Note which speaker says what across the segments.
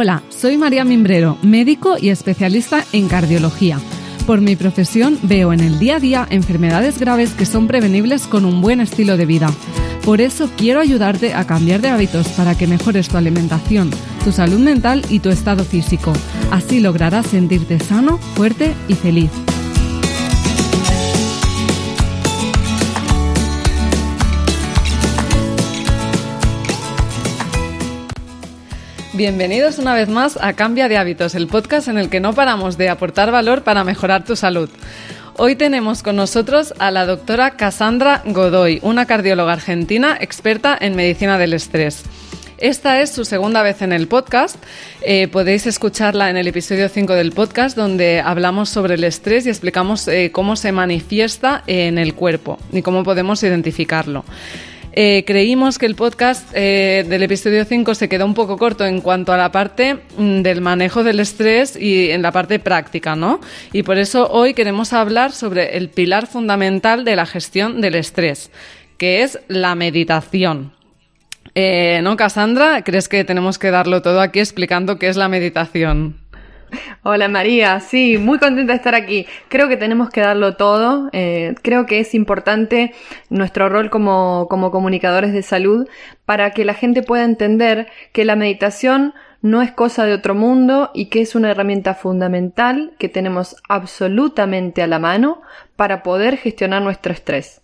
Speaker 1: Hola, soy María Mimbrero, médico y especialista en cardiología. Por mi profesión veo en el día a día enfermedades graves que son prevenibles con un buen estilo de vida. Por eso quiero ayudarte a cambiar de hábitos para que mejores tu alimentación, tu salud mental y tu estado físico. Así lograrás sentirte sano, fuerte y feliz. Bienvenidos una vez más a Cambia de Hábitos, el podcast en el que no paramos de aportar valor para mejorar tu salud. Hoy tenemos con nosotros a la doctora Cassandra Godoy, una cardióloga argentina experta en medicina del estrés. Esta es su segunda vez en el podcast. Podéis escucharla en el episodio 5 del podcast, donde hablamos sobre el estrés y explicamos cómo se manifiesta en el cuerpo y cómo podemos identificarlo. Creímos que el podcast del episodio 5 se quedó un poco corto en cuanto a la parte del manejo del estrés y en la parte práctica, ¿no? Y por eso hoy queremos hablar sobre el pilar fundamental de la gestión del estrés, que es la meditación. ¿No, Cassandra? ¿Crees que tenemos que darlo todo aquí explicando qué es la meditación?
Speaker 2: Hola María, sí, muy contenta de estar aquí. Creo que tenemos que darlo todo. Creo que es importante nuestro rol como comunicadores de salud para que la gente pueda entender que la meditación no es cosa de otro mundo y que es una herramienta fundamental que tenemos absolutamente a la mano para poder gestionar nuestro estrés.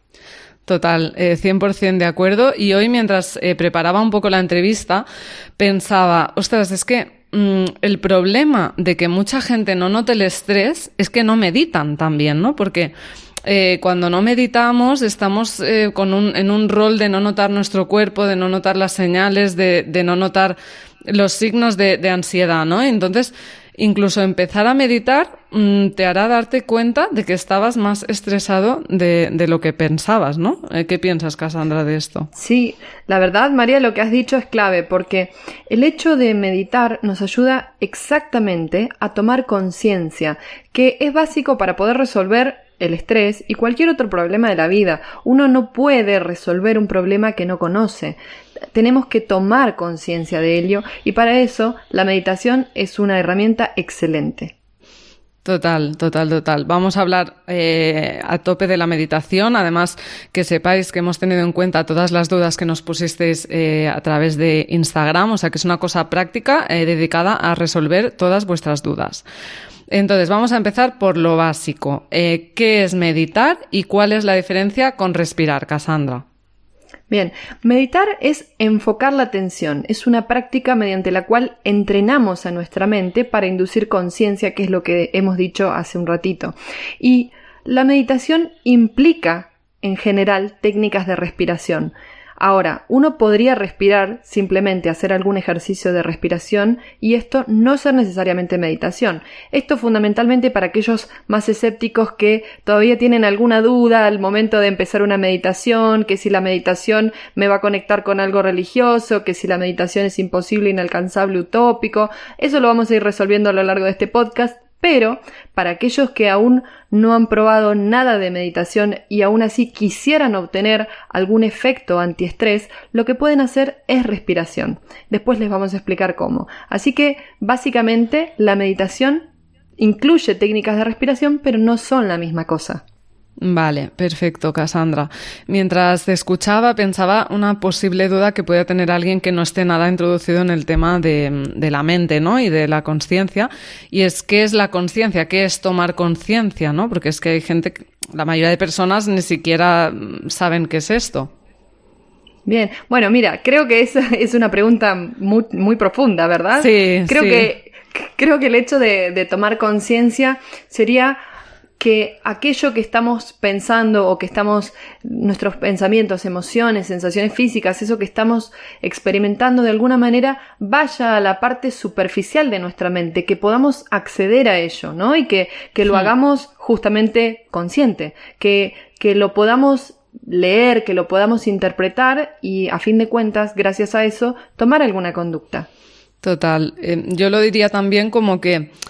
Speaker 1: Total, 100% de acuerdo. Y hoy, mientras preparaba un poco la entrevista, pensaba, ostras, es que el problema de que mucha gente no note el estrés es que no meditan también, ¿no? Porque cuando no meditamos estamos en un rol de no notar nuestro cuerpo, de no notar las señales, de no notar los signos de ansiedad, ¿no? Entonces, incluso empezar a meditar te hará darte cuenta de que estabas más estresado de lo que pensabas, ¿no? ¿Qué piensas, Cassandra, de esto?
Speaker 2: Sí, la verdad, María, lo que has dicho es clave porque el hecho de meditar nos ayuda exactamente a tomar conciencia, que es básico para poder resolver el estrés y cualquier otro problema de la vida. Uno no puede resolver un problema que no conoce. Tenemos que tomar conciencia de ello y para eso la meditación es una herramienta excelente.
Speaker 1: Total. Vamos a hablar a tope de la meditación. Además, que sepáis que hemos tenido en cuenta todas las dudas que nos pusisteis a través de Instagram. O sea que es una cosa práctica dedicada a resolver todas vuestras dudas. Entonces, vamos a empezar por lo básico. ¿Qué es meditar y cuál es la diferencia con respirar, Cassandra?
Speaker 2: Bien, meditar es enfocar la atención. Es una práctica mediante la cual entrenamos a nuestra mente para inducir conciencia, que es lo que hemos dicho hace un ratito. Y la meditación implica, en general, técnicas de respiración. Ahora, uno podría respirar, simplemente hacer algún ejercicio de respiración y esto no ser necesariamente meditación. Esto fundamentalmente para aquellos más escépticos que todavía tienen alguna duda al momento de empezar una meditación, que si la meditación me va a conectar con algo religioso, que si la meditación es imposible, inalcanzable, utópico. Eso lo vamos a ir resolviendo a lo largo de este podcast. Pero para aquellos que aún no han probado nada de meditación y aún así quisieran obtener algún efecto antiestrés, lo que pueden hacer es respiración. Después les vamos a explicar cómo. Así que básicamente la meditación incluye técnicas de respiración, pero no son la misma cosa.
Speaker 1: Vale, perfecto, Cassandra. Mientras te escuchaba, pensaba una posible duda que pueda tener alguien que no esté nada introducido en el tema de la mente, ¿no? Y de la consciencia. Y es, ¿qué es la consciencia? ¿Qué es tomar conciencia, no? Porque es que hay gente, la mayoría de personas ni siquiera saben qué es esto.
Speaker 2: Bien, bueno, mira, creo que esa es una pregunta muy, muy profunda, ¿verdad?
Speaker 1: Sí,
Speaker 2: Creo que el hecho de tomar conciencia sería que aquello que estamos pensando o que estamos, nuestros pensamientos, emociones, sensaciones físicas, eso que estamos experimentando de alguna manera vaya a la parte superficial de nuestra mente, que podamos acceder a ello, ¿no? Y que lo hagamos justamente consciente, que lo podamos leer, que lo podamos interpretar y a fin de cuentas, gracias a eso, tomar alguna conducta.
Speaker 1: Total. Yo lo diría también como que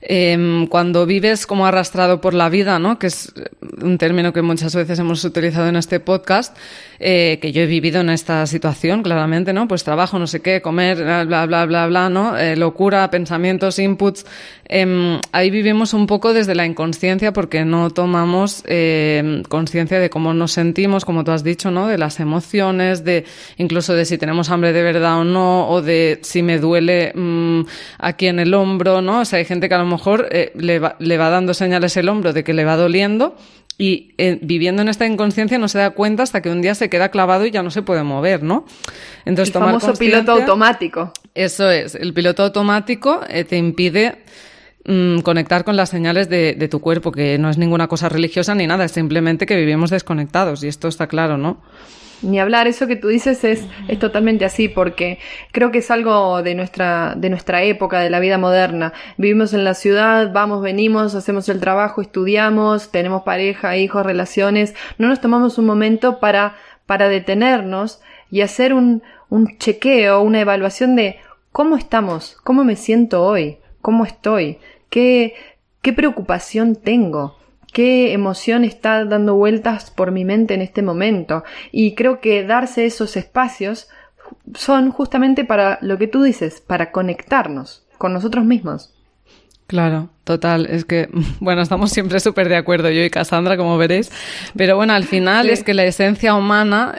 Speaker 1: Cuando vives como arrastrado por la vida, ¿no? Que es un término que muchas veces hemos utilizado en este podcast, que yo he vivido en esta situación, claramente, ¿no? Pues trabajo, no sé qué, comer, bla, bla, bla, bla, ¿no? Locura, pensamientos, inputs. Ahí vivimos un poco desde la inconsciencia porque no tomamos conciencia de cómo nos sentimos, como tú has dicho, ¿no? De las emociones, de incluso de si tenemos hambre de verdad o no, o de si me duele aquí en el hombro, ¿no? O sea, hay gente que a lo mejor le va dando señales el hombro de que le va doliendo y viviendo en esta inconsciencia no se da cuenta hasta que un día se queda clavado y ya no se puede mover, ¿no? Entonces,
Speaker 2: el famoso piloto automático.
Speaker 1: Eso es, el piloto automático te impide conectar con las señales de tu cuerpo, que no es ninguna cosa religiosa ni nada, es simplemente que vivimos desconectados y esto está claro, ¿no?
Speaker 2: Ni hablar, eso que tú dices es totalmente así, porque creo que es algo de nuestra época, de la vida moderna. Vivimos en la ciudad, vamos, venimos, hacemos el trabajo, estudiamos, tenemos pareja, hijos, relaciones. No nos tomamos un momento para detenernos y hacer un chequeo, una evaluación de cómo estamos, cómo me siento hoy, cómo estoy, qué preocupación tengo. ¿Qué emoción está dando vueltas por mi mente en este momento? Y creo que darse esos espacios son justamente para lo que tú dices, para conectarnos con nosotros mismos.
Speaker 1: Claro, total. Es que, bueno, estamos siempre súper de acuerdo, yo y Cassandra, como veréis. Pero bueno, al final es que la esencia humana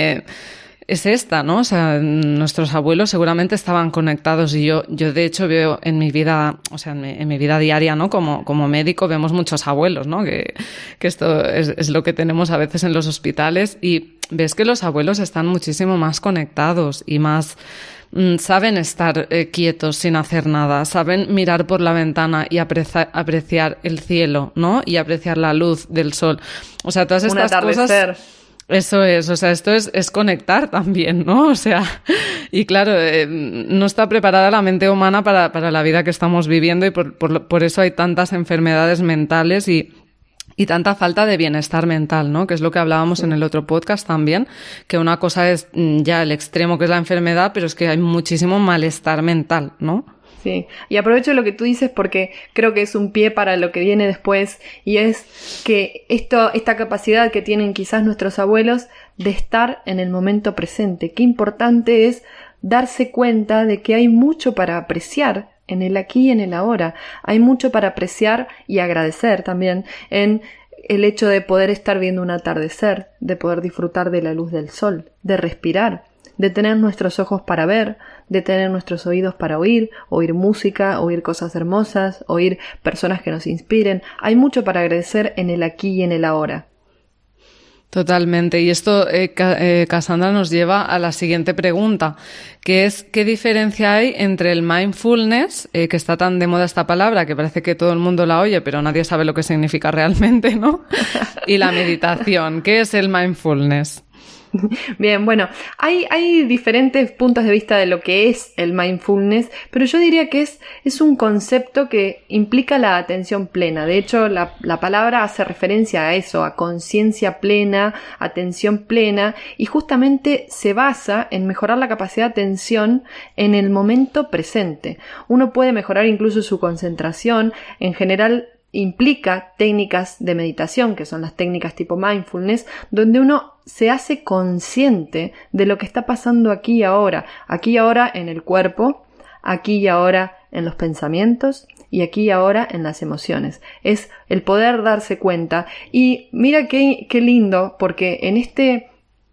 Speaker 1: es esta, ¿no? O sea, nuestros abuelos seguramente estaban conectados y yo de hecho veo en mi vida, o sea, en mi vida diaria, ¿no? Como médico vemos muchos abuelos, ¿no? Que esto es lo que tenemos a veces en los hospitales y ves que los abuelos están muchísimo más conectados y más saben estar quietos sin hacer nada, saben mirar por la ventana y apreciar el cielo, ¿no? Y apreciar la luz del sol. O sea, todas estas cosas. Eso es, o sea, esto es conectar también, ¿no? O sea, y claro, no está preparada la mente humana para la vida que estamos viviendo y por eso hay tantas enfermedades mentales y tanta falta de bienestar mental, ¿no? Que es lo que hablábamos en el otro podcast también, que una cosa es ya el extremo que es la enfermedad, pero es que hay muchísimo malestar mental, ¿no?
Speaker 2: Sí, y aprovecho lo que tú dices porque creo que es un pie para lo que viene después y es que esta capacidad que tienen quizás nuestros abuelos de estar en el momento presente. Qué importante es darse cuenta de que hay mucho para apreciar en el aquí y en el ahora. Hay mucho para apreciar y agradecer también en el hecho de poder estar viendo un atardecer, de poder disfrutar de la luz del sol, de respirar, de tener nuestros ojos para ver, de tener nuestros oídos para oír música, oír cosas hermosas, oír personas que nos inspiren. Hay mucho para agradecer en el aquí y en el ahora.
Speaker 1: Totalmente. Y esto, Cassandra, nos lleva a la siguiente pregunta, que es ¿qué diferencia hay entre el mindfulness, que está tan de moda esta palabra, que parece que todo el mundo la oye, pero nadie sabe lo que significa realmente, ¿no? Y la meditación. ¿Qué es el mindfulness?
Speaker 2: Bien, bueno, hay diferentes puntos de vista de lo que es el mindfulness, pero yo diría que es un concepto que implica la atención plena. De hecho, la palabra hace referencia a eso, a conciencia plena, atención plena, y justamente se basa en mejorar la capacidad de atención en el momento presente. Uno puede mejorar incluso su concentración, en general implica técnicas de meditación, que son las técnicas tipo mindfulness, donde uno se hace consciente de lo que está pasando aquí y ahora en el cuerpo, aquí y ahora en los pensamientos y aquí y ahora en las emociones. Es el poder darse cuenta. Y mira qué lindo, porque en este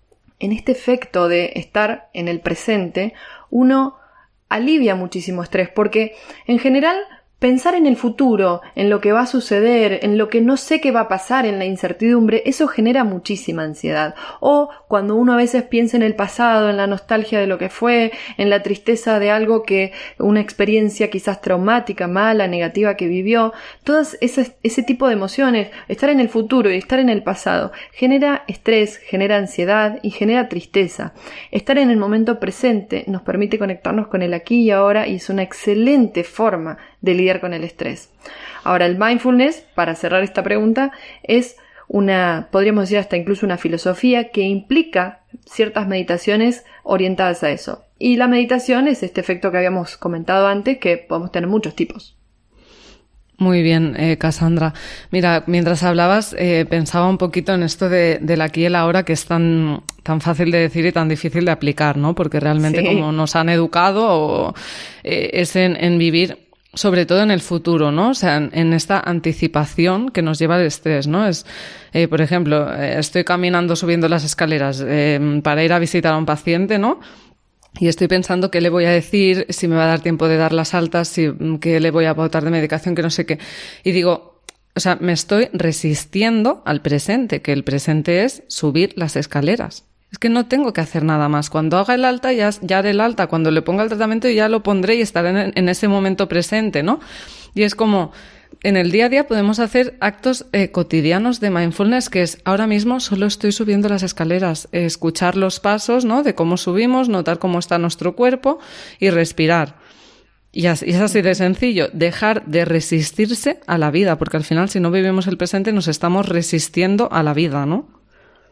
Speaker 2: efecto de estar en el presente, uno alivia muchísimo estrés, porque en general pensar en el futuro, en lo que va a suceder, en lo que no sé qué va a pasar, en la incertidumbre, eso genera muchísima ansiedad. O cuando uno a veces piensa en el pasado, en la nostalgia de lo que fue, en la tristeza de algo una experiencia quizás traumática, mala, negativa que vivió, todas ese tipo de emociones, estar en el futuro y estar en el pasado, genera estrés, genera ansiedad y genera tristeza. Estar en el momento presente nos permite conectarnos con el aquí y ahora y es una excelente forma de lidiar con el estrés. Ahora, el mindfulness, para cerrar esta pregunta, es podríamos decir hasta incluso una filosofía que implica ciertas meditaciones orientadas a eso. Y la meditación es este efecto que habíamos comentado antes, que podemos tener muchos tipos.
Speaker 1: Muy bien, Cassandra. Mira, mientras hablabas, pensaba un poquito en esto del aquí y el ahora, que es tan fácil de decir y tan difícil de aplicar, ¿no? Porque realmente como nos han educado, es en vivir, sobre todo en el futuro, ¿no? O sea, en esta anticipación que nos lleva al estrés, ¿no? Es, por ejemplo, estoy caminando, subiendo las escaleras para ir a visitar a un paciente, ¿no? Y estoy pensando qué le voy a decir, si me va a dar tiempo de dar las altas, qué le voy a pautar de medicación, que no sé qué. Y digo, o sea, me estoy resistiendo al presente, que el presente es subir las escaleras. Es que no tengo que hacer nada más. Cuando haga el alta, ya haré el alta. Cuando le ponga el tratamiento, ya lo pondré y estaré en ese momento presente, ¿no? Y es como, en el día a día podemos hacer actos cotidianos de mindfulness, que es ahora mismo solo estoy subiendo las escaleras, escuchar los pasos, ¿no? De cómo subimos, notar cómo está nuestro cuerpo y respirar. Y es así de sencillo, dejar de resistirse a la vida, porque al final si no vivimos el presente nos estamos resistiendo a la vida, ¿no?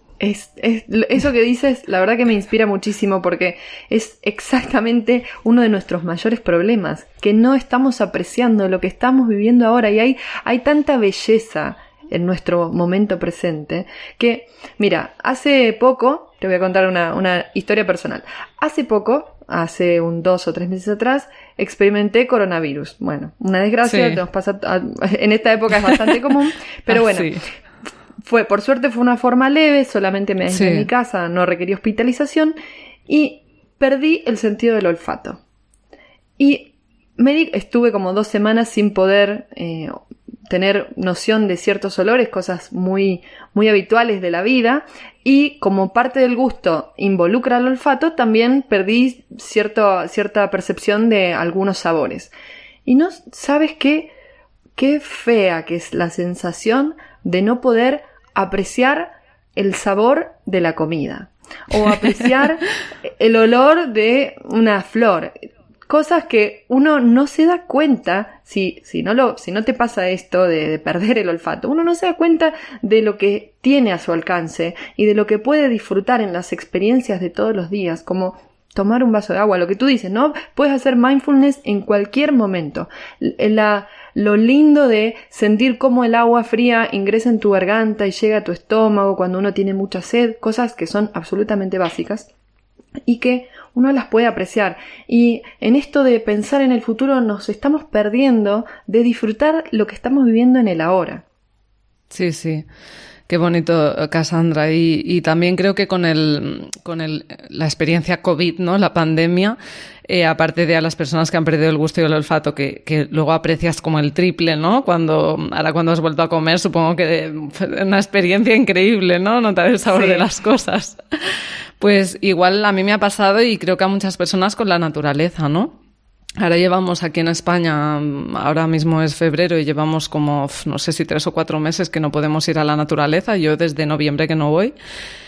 Speaker 2: Eso que dices, la verdad que me inspira muchísimo porque es exactamente uno de nuestros mayores problemas, que no estamos apreciando lo que estamos viviendo ahora y hay tanta belleza en nuestro momento presente que, mira, hace poco, te voy a contar una historia personal. Hace 2 o 3 meses atrás, experimenté coronavirus. Bueno, una desgracia, nos pasa en esta época es bastante común, pero bueno. Sí. Por suerte fue una forma leve, solamente me aislé en mi casa, no requerí hospitalización y perdí el sentido del olfato. Y estuve como 2 semanas sin poder tener noción de ciertos olores, cosas muy, muy habituales de la vida, y como parte del gusto involucra el olfato, también perdí cierta percepción de algunos sabores. Y no sabes qué fea que es la sensación de no poder apreciar el sabor de la comida o apreciar el olor de una flor, cosas que uno no se da cuenta si no te pasa esto de perder el olfato, uno no se da cuenta de lo que tiene a su alcance y de lo que puede disfrutar en las experiencias de todos los días, como tomar un vaso de agua, lo que tú dices, ¿no? Puedes hacer mindfulness en cualquier momento. Lo lindo de sentir cómo el agua fría ingresa en tu garganta y llega a tu estómago cuando uno tiene mucha sed, cosas que son absolutamente básicas y que uno las puede apreciar. Y en esto de pensar en el futuro nos estamos perdiendo de disfrutar lo que estamos viviendo en el ahora.
Speaker 1: Sí, sí. Qué bonito, Cassandra. Y también creo que con la experiencia COVID, ¿no? La pandemia, aparte de a las personas que han perdido el gusto y el olfato, que luego aprecias como el triple, ¿no? Ahora cuando has vuelto a comer, supongo que una experiencia increíble, ¿no? Notar el sabor de las cosas. Pues igual a mí me ha pasado y creo que a muchas personas con la naturaleza, ¿no? Ahora llevamos aquí en España, ahora mismo es febrero y llevamos como, no sé si 3 o 4 meses que no podemos ir a la naturaleza. Yo desde noviembre que no voy.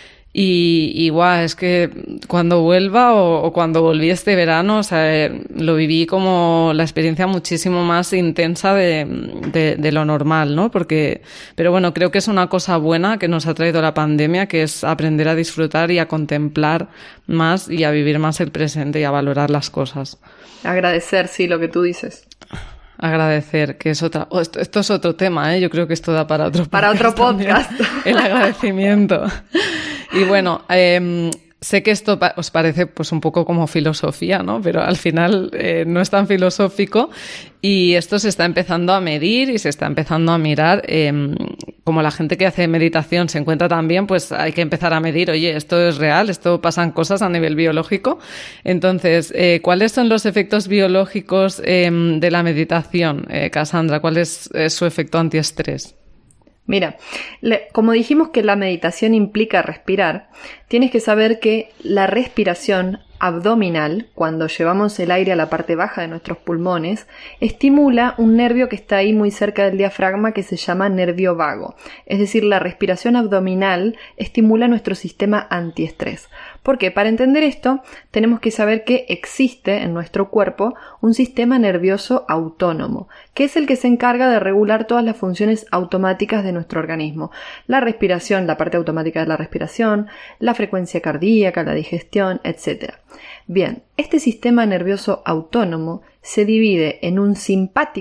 Speaker 1: Y guau, es que cuando vuelva o cuando volví este verano, o sea, lo viví como la experiencia muchísimo más intensa de lo normal, ¿no? Pero bueno, creo que es una cosa buena que nos ha traído la pandemia, que es aprender a disfrutar y a contemplar más y a vivir más el presente y a valorar las cosas.
Speaker 2: Agradecer, sí, lo que tú dices.
Speaker 1: Agradecer, que es otra... esto es otro tema, ¿eh? Yo creo que esto da para otro
Speaker 2: podcast.
Speaker 1: El agradecimiento. Y bueno, sé que esto os parece pues un poco como filosofía, ¿no? Pero al final no es tan filosófico y esto se está empezando a medir y se está empezando a mirar. Como la gente que hace meditación se encuentra también, pues hay que empezar a medir, oye, esto es real, esto pasan cosas a nivel biológico. Entonces, ¿cuáles son los efectos biológicos de la meditación, Cassandra? ¿Cuál es su efecto antiestrés?
Speaker 2: Mira, como dijimos que la meditación implica respirar, tienes que saber que la respiración abdominal, cuando llevamos el aire a la parte baja de nuestros pulmones, estimula un nervio que está ahí muy cerca del diafragma que se llama nervio vago. Es decir, la respiración abdominal estimula nuestro sistema antiestrés. Porque para entender esto, tenemos que saber que existe en nuestro cuerpo un sistema nervioso autónomo, que es el que se encarga de regular todas las funciones automáticas de nuestro organismo. La respiración, la parte automática de la respiración, la frecuencia cardíaca, la digestión, etc. Bien, este sistema nervioso autónomo se divide en un simpático,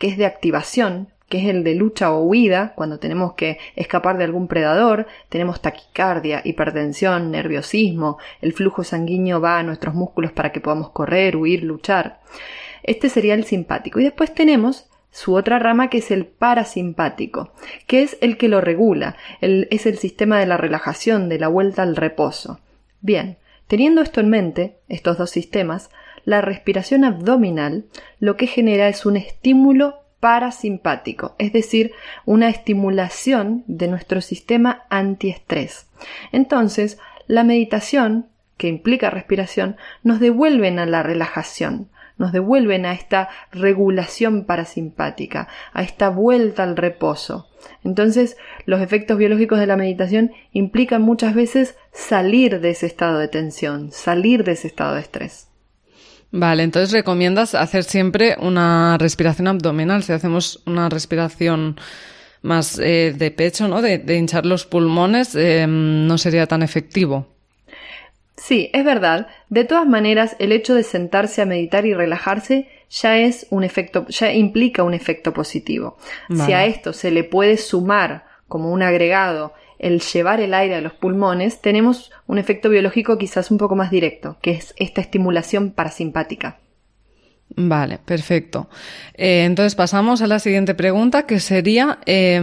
Speaker 2: que es de activación, que es el de lucha o huida, cuando tenemos que escapar de algún predador, tenemos taquicardia, hipertensión, nerviosismo, el flujo sanguíneo va a nuestros músculos para que podamos correr, huir, luchar. Este sería el simpático. Y después tenemos su otra rama, que es el parasimpático, que es el que lo regula, es el sistema de la relajación, de la vuelta al reposo. Bien, teniendo esto en mente, estos dos sistemas, la respiración abdominal lo que genera es un estímulo parasimpático, es decir, una estimulación de nuestro sistema antiestrés. Entonces, la meditación, que implica respiración, nos devuelven a la relajación, nos devuelven a esta regulación parasimpática, a esta vuelta al reposo. Entonces, los efectos biológicos de la meditación implican muchas veces salir de ese estado de tensión, salir de ese estado de estrés.
Speaker 1: Vale, entonces recomiendas hacer siempre una respiración abdominal. Si hacemos una respiración más de pecho, ¿no? De hinchar los pulmones, no sería tan efectivo.
Speaker 2: Sí, es verdad. De todas maneras, el hecho de sentarse a meditar y relajarse ya implica un efecto positivo. Vale. Si a esto se le puede sumar como un agregado el llevar el aire a los pulmones, tenemos un efecto biológico quizás un poco más directo, que es esta estimulación parasimpática.
Speaker 1: Vale, perfecto. Entonces pasamos a la siguiente pregunta, que sería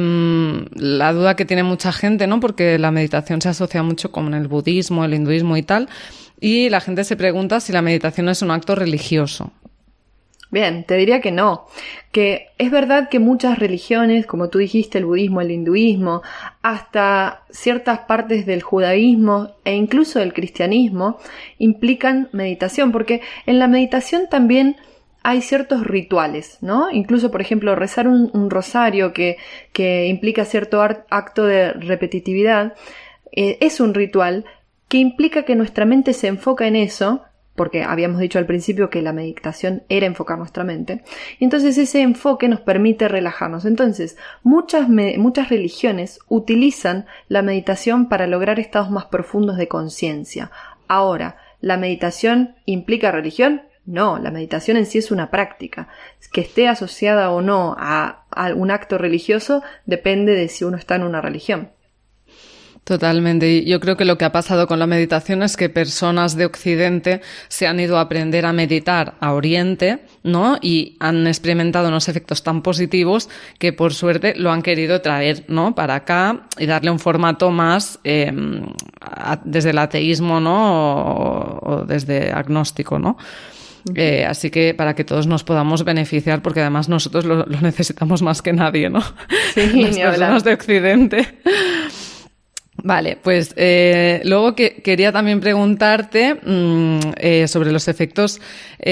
Speaker 1: la duda que tiene mucha gente, ¿no? Porque la meditación se asocia mucho con el budismo, el hinduismo y tal, y la gente se pregunta si la meditación es un acto religioso.
Speaker 2: Bien, te diría que no, que es verdad que muchas religiones, como tú dijiste, el budismo, el hinduismo, hasta ciertas partes del judaísmo e incluso del cristianismo implican meditación, porque en la meditación también hay ciertos rituales, ¿no? Incluso, por ejemplo, rezar un rosario que implica cierto acto de repetitividad, es un ritual que implica que nuestra mente se enfoca en eso, porque habíamos dicho al principio que la meditación era enfocar nuestra mente, y entonces ese enfoque nos permite relajarnos. Entonces, muchas religiones utilizan la meditación para lograr estados más profundos de conciencia. Ahora, ¿la meditación implica religión? No, la meditación en sí es una práctica. Que esté asociada o no a un acto religioso depende de si uno está en una religión.
Speaker 1: Totalmente. Y yo creo que lo que ha pasado con la meditación es que personas de Occidente se han ido a aprender a meditar a Oriente, ¿no? Y han experimentado unos efectos tan positivos que, por suerte, lo han querido traer, ¿no? Para acá y darle un formato más desde el ateísmo, ¿no? O desde agnóstico, ¿no? Así que para que todos nos podamos beneficiar, porque además nosotros lo necesitamos más que nadie, ¿no?
Speaker 2: Sí,
Speaker 1: las personas de Occidente. Vale, pues luego quería también preguntarte sobre los efectos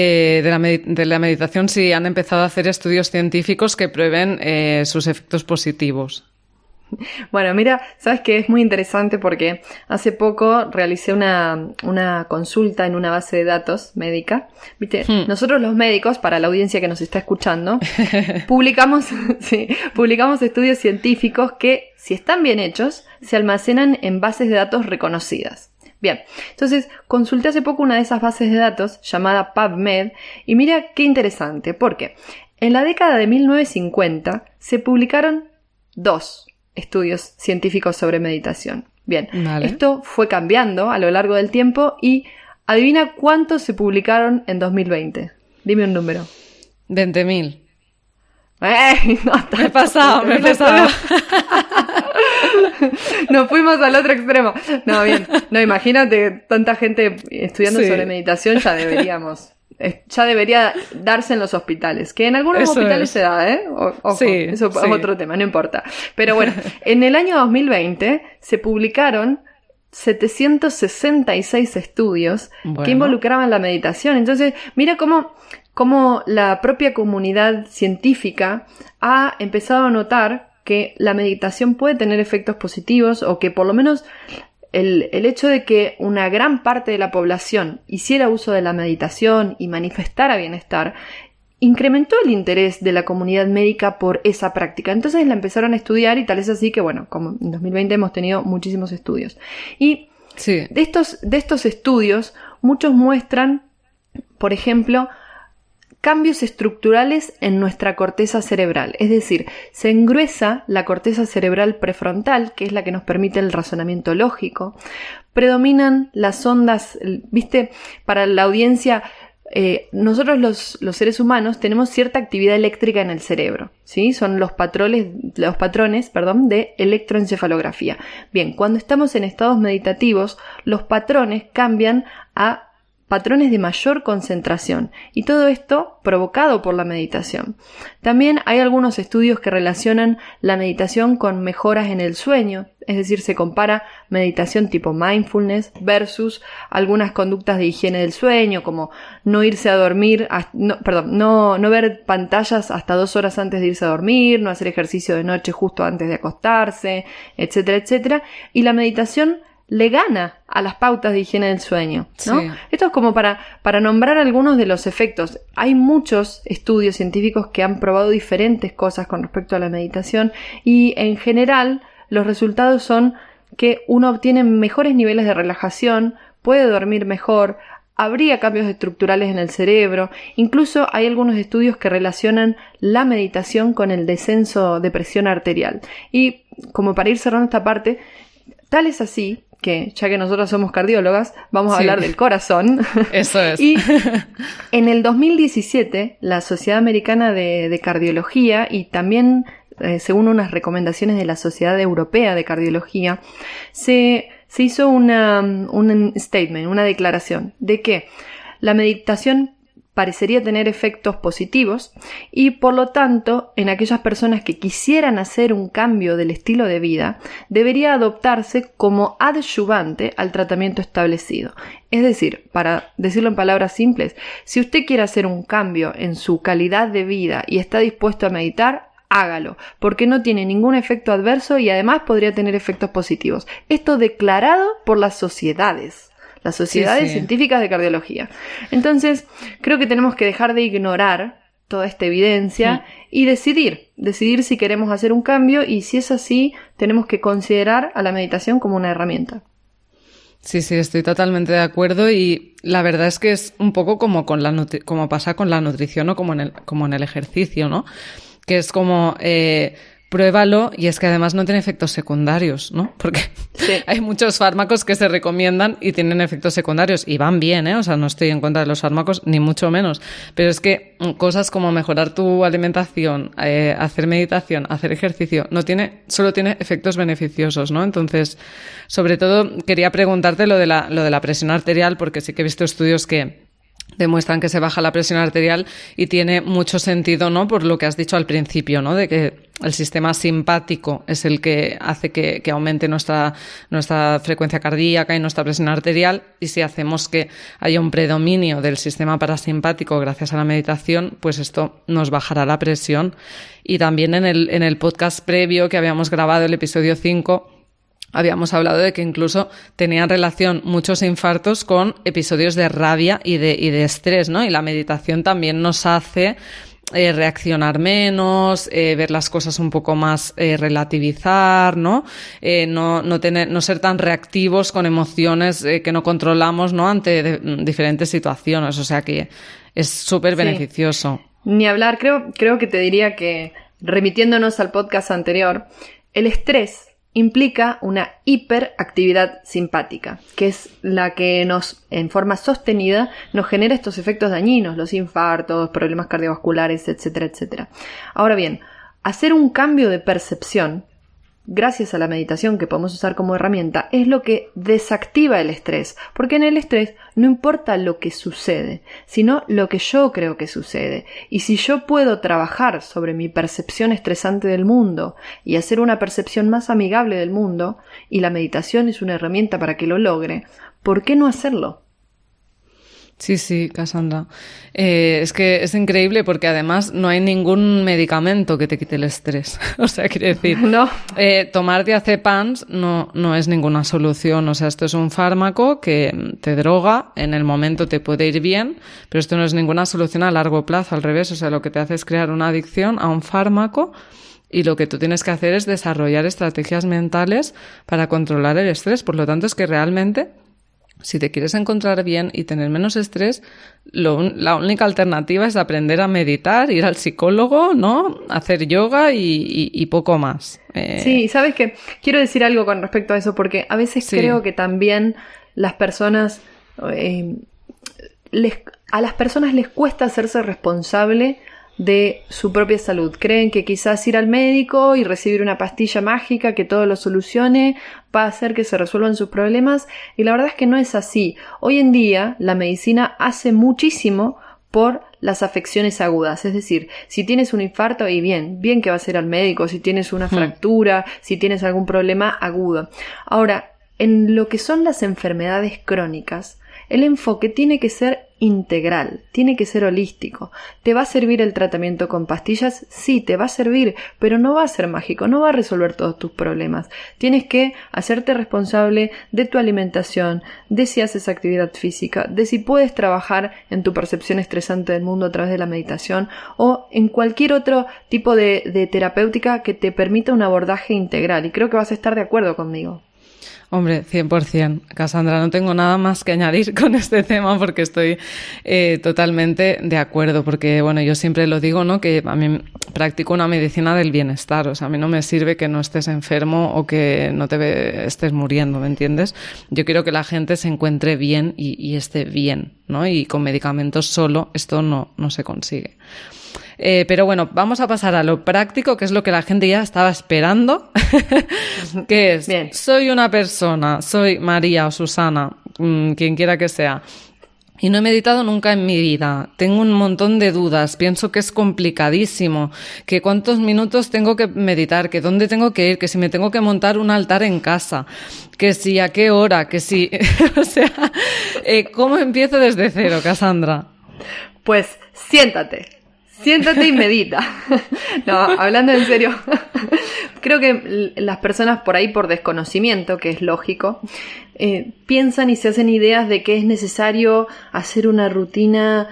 Speaker 1: de la meditación, si han empezado a hacer estudios científicos que prueben sus efectos positivos.
Speaker 2: Bueno, mira, sabes que es muy interesante porque hace poco realicé una consulta en una base de datos médica. ¿Viste? Nosotros los médicos, para la audiencia que nos está escuchando, publicamos estudios científicos que, si están bien hechos, se almacenan en bases de datos reconocidas. Bien, entonces consulté hace poco una de esas bases de datos llamada PubMed y mira qué interesante, porque en la década de 1950 se publicaron 2 estudios científicos sobre meditación. Bien, vale. Esto fue cambiando a lo largo del tiempo y adivina cuántos se publicaron en 2020. Dime un número.
Speaker 1: 20.000.
Speaker 2: No,
Speaker 1: me he pasado.
Speaker 2: Nos fuimos al otro extremo. No, bien. No, imagínate tanta gente estudiando sobre meditación, ya debería darse en los hospitales, que en algunos hospitales se da, Ojo, sí, eso es otro tema, no importa. Pero bueno, en el año 2020 se publicaron 766 estudios que involucraban la meditación. Entonces, mira cómo la propia comunidad científica ha empezado a notar que la meditación puede tener efectos positivos, o que por lo menos el hecho de que una gran parte de la población hiciera uso de la meditación y manifestara bienestar incrementó el interés de la comunidad médica por esa práctica. Entonces la empezaron a estudiar y tal es así que, bueno, como en 2020 hemos tenido muchísimos estudios. Y de estos estudios, muchos muestran, por ejemplo, cambios estructurales en nuestra corteza cerebral, es decir, se engruesa la corteza cerebral prefrontal, que es la que nos permite el razonamiento lógico, predominan las ondas, ¿viste? Para la audiencia, nosotros los seres humanos tenemos cierta actividad eléctrica en el cerebro, ¿sí? Son los patrones, de electroencefalografía. Bien, cuando estamos en estados meditativos, los patrones cambian a patrones de mayor concentración, y todo esto provocado por la meditación. También hay algunos estudios que relacionan la meditación con mejoras en el sueño, es decir, se compara meditación tipo mindfulness versus algunas conductas de higiene del sueño, como no irse a dormir, no ver pantallas hasta 2 horas antes de irse a dormir, no hacer ejercicio de noche justo antes de acostarse, etcétera, etcétera, y la meditación le gana a las pautas de higiene del sueño, ¿no? Sí. Esto es como para nombrar algunos de los efectos. Hay muchos estudios científicos que han probado diferentes cosas con respecto a la meditación, y en general los resultados son que uno obtiene mejores niveles de relajación, puede dormir mejor, habría cambios estructurales en el cerebro, incluso hay algunos estudios que relacionan la meditación con el descenso de presión arterial. Y como para ir cerrando esta parte, tal es así que, ya que nosotros somos cardiólogas, vamos a hablar del corazón.
Speaker 1: Eso es.
Speaker 2: Y en el 2017, la Sociedad Americana de Cardiología, y también según unas recomendaciones de la Sociedad Europea de Cardiología, se hizo un statement, una declaración de que la meditación parecería tener efectos positivos, y por lo tanto, en aquellas personas que quisieran hacer un cambio del estilo de vida, debería adoptarse como adyuvante al tratamiento establecido. Es decir, para decirlo en palabras simples, si usted quiere hacer un cambio en su calidad de vida y está dispuesto a meditar, hágalo, porque no tiene ningún efecto adverso y además podría tener efectos positivos. Esto declarado por las sociedades científicas de cardiología. Entonces, creo que tenemos que dejar de ignorar toda esta evidencia y decidir si queremos hacer un cambio, y si es así, tenemos que considerar a la meditación como una herramienta.
Speaker 1: Sí, estoy totalmente de acuerdo, y la verdad es que es un poco como como pasa con la nutrición o como en el ejercicio, ¿no? Que es como pruébalo, y es que además no tiene efectos secundarios, ¿no? Porque hay muchos fármacos que se recomiendan y tienen efectos secundarios, y van bien, ¿eh? O sea, no estoy en contra de los fármacos, ni mucho menos, pero es que cosas como mejorar tu alimentación, hacer meditación, hacer ejercicio, solo tiene efectos beneficiosos, ¿no? Entonces, sobre todo, quería preguntarte lo de la presión arterial, porque sí que he visto estudios que demuestran que se baja la presión arterial, y tiene mucho sentido, ¿no? Por lo que has dicho al principio, ¿no? De que el sistema simpático es el que hace que aumente nuestra frecuencia cardíaca y nuestra presión arterial, y si hacemos que haya un predominio del sistema parasimpático gracias a la meditación, pues esto nos bajará la presión. Y también en el podcast previo que habíamos grabado, el episodio 5, habíamos hablado de que incluso tenían relación muchos infartos con episodios de rabia y de estrés, ¿no? Y la meditación también nos hace reaccionar menos, ver las cosas un poco más, relativizar, ¿no? No ser tan reactivos con emociones que no controlamos, ¿no? Ante diferentes situaciones. O sea que es súper beneficioso.
Speaker 2: Ni hablar, creo que te diría que, remitiéndonos al podcast anterior, el estrés implica una hiperactividad simpática, que es la que en forma sostenida, nos genera estos efectos dañinos, los infartos, problemas cardiovasculares, etcétera, etcétera. Ahora bien, hacer un cambio de percepción, gracias a la meditación que podemos usar como herramienta, es lo que desactiva el estrés, porque en el estrés no importa lo que sucede, sino lo que yo creo que sucede. Y si yo puedo trabajar sobre mi percepción estresante del mundo y hacer una percepción más amigable del mundo, y la meditación es una herramienta para que lo logre, ¿por qué no hacerlo?
Speaker 1: Sí, Cassandra. Es que es increíble, porque además no hay ningún medicamento que te quite el estrés. O sea, quiere decir,
Speaker 2: no.
Speaker 1: Tomar diazepams no es ninguna solución. O sea, esto es un fármaco que te droga, en el momento te puede ir bien, pero esto no es ninguna solución a largo plazo, al revés. O sea, lo que te hace es crear una adicción a un fármaco, y lo que tú tienes que hacer es desarrollar estrategias mentales para controlar el estrés. Por lo tanto, es que realmente Si te quieres encontrar bien y tener menos estrés, la única alternativa es aprender a meditar, ir al psicólogo, ¿no? Hacer yoga y poco más.
Speaker 2: Sí, ¿sabes qué? Quiero decir algo con respecto a eso, porque a veces creo que también las personas, a las personas les cuesta hacerse responsable de su propia salud. Creen que quizás ir al médico y recibir una pastilla mágica que todo lo solucione va a hacer que se resuelvan sus problemas, y la verdad es que no es así. Hoy en día la medicina hace muchísimo por las afecciones agudas, es decir, si tienes un infarto, y bien que vas a ir al médico, si tienes una fractura, si tienes algún problema agudo. Ahora, en lo que son las enfermedades crónicas, el enfoque tiene que ser integral, tiene que ser holístico. ¿Te va a servir el tratamiento con pastillas? Sí, te va a servir, pero no va a ser mágico, no va a resolver todos tus problemas. Tienes que hacerte responsable de tu alimentación, de si haces actividad física, de si puedes trabajar en tu percepción estresante del mundo a través de la meditación o en cualquier otro tipo de terapéutica que te permita un abordaje integral. Y creo que vas a estar de acuerdo conmigo.
Speaker 1: Hombre, 100%. Cassandra, no tengo nada más que añadir con este tema porque estoy totalmente de acuerdo. Porque, bueno, yo siempre lo digo, ¿no? Que a mí practico una medicina del bienestar. O sea, a mí no me sirve que no estés enfermo o que no te estés muriendo, ¿me entiendes? Yo quiero que la gente se encuentre bien y esté bien, ¿no? Y con medicamentos solo esto no se consigue. Pero bueno, vamos a pasar a lo práctico, que es lo que la gente ya estaba esperando, que es, bien. Soy una persona, soy María o Susana, quien quiera que sea, y no he meditado nunca en mi vida. Tengo un montón de dudas, pienso que es complicadísimo, que cuántos minutos tengo que meditar, que dónde tengo que ir, que si me tengo que montar un altar en casa, que si a qué hora, que si... o sea, ¿cómo empiezo desde cero, Cassandra?
Speaker 2: Pues siéntate y medita. No, hablando en serio, creo que las personas por ahí, por desconocimiento, que es lógico, piensan y se hacen ideas de que es necesario hacer una rutina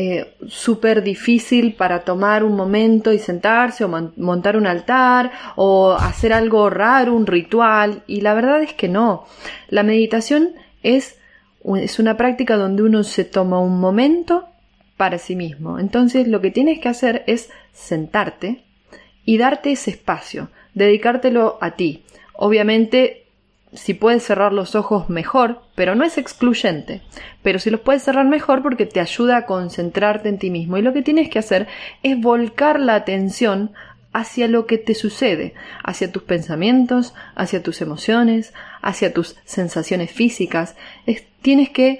Speaker 2: súper difícil para tomar un momento y sentarse o montar un altar o hacer algo raro, un ritual, y la verdad es que no. La meditación es una práctica donde uno se toma un momento para sí mismo. Entonces lo que tienes que hacer es sentarte y darte ese espacio, dedicártelo a ti. Obviamente, si puedes cerrar los ojos mejor, pero no es excluyente. Pero si los puedes cerrar mejor porque te ayuda a concentrarte en ti mismo. Y lo que tienes que hacer es volcar la atención hacia lo que te sucede, hacia tus pensamientos, hacia tus emociones, hacia tus sensaciones físicas. Tienes que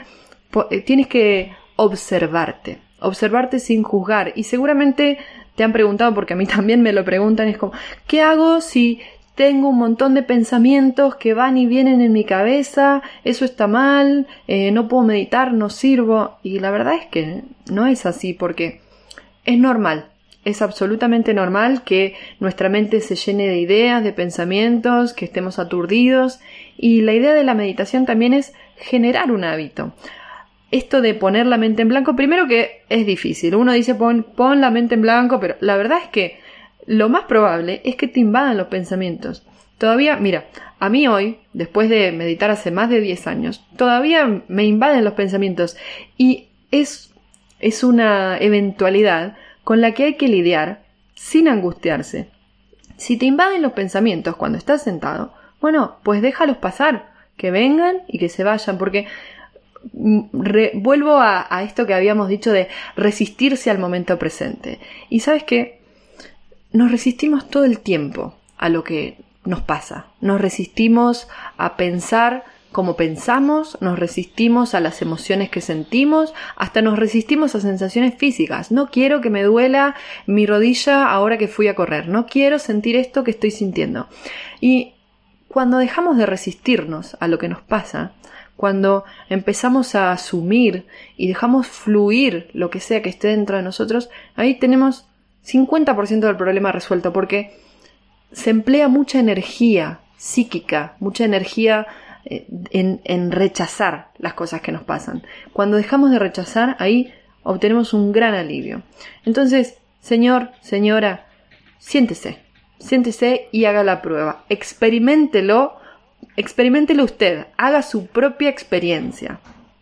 Speaker 2: observarte sin juzgar. Y seguramente te han preguntado, porque a mí también me lo preguntan, es como, ¿qué hago si tengo un montón de pensamientos que van y vienen en mi cabeza? Eso está mal, no puedo meditar, no sirvo. Y la verdad es que no es así, porque es normal. Es absolutamente normal que nuestra mente se llene de ideas, de pensamientos, que estemos aturdidos. Y la idea de la meditación también es generar un hábito. Esto de poner la mente en blanco, primero que es difícil. Uno dice pon la mente en blanco, pero la verdad es que lo más probable es que te invadan los pensamientos. Todavía, mira, a mí hoy, después de meditar hace más de 10 años, todavía me invaden los pensamientos. Y es una eventualidad con la que hay que lidiar sin angustiarse. Si te invaden los pensamientos cuando estás sentado, bueno, pues déjalos pasar, que vengan y que se vayan, porque... vuelvo a esto que habíamos dicho de resistirse al momento presente. Y ¿sabes qué? Nos resistimos todo el tiempo a lo que nos pasa. Nos resistimos a pensar como pensamos, nos resistimos a las emociones que sentimos, hasta nos resistimos a sensaciones físicas. No quiero que me duela mi rodilla ahora que fui a correr. No quiero sentir esto que estoy sintiendo. Y cuando dejamos de resistirnos a lo que nos pasa, cuando empezamos a asumir y dejamos fluir lo que sea que esté dentro de nosotros, ahí tenemos 50% del problema resuelto, porque se emplea mucha energía psíquica, mucha energía en rechazar las cosas que nos pasan. Cuando dejamos de rechazar, ahí obtenemos un gran alivio. Entonces, señor, señora, siéntese y haga la prueba. Experiméntelo experiméntelo usted, haga su propia experiencia.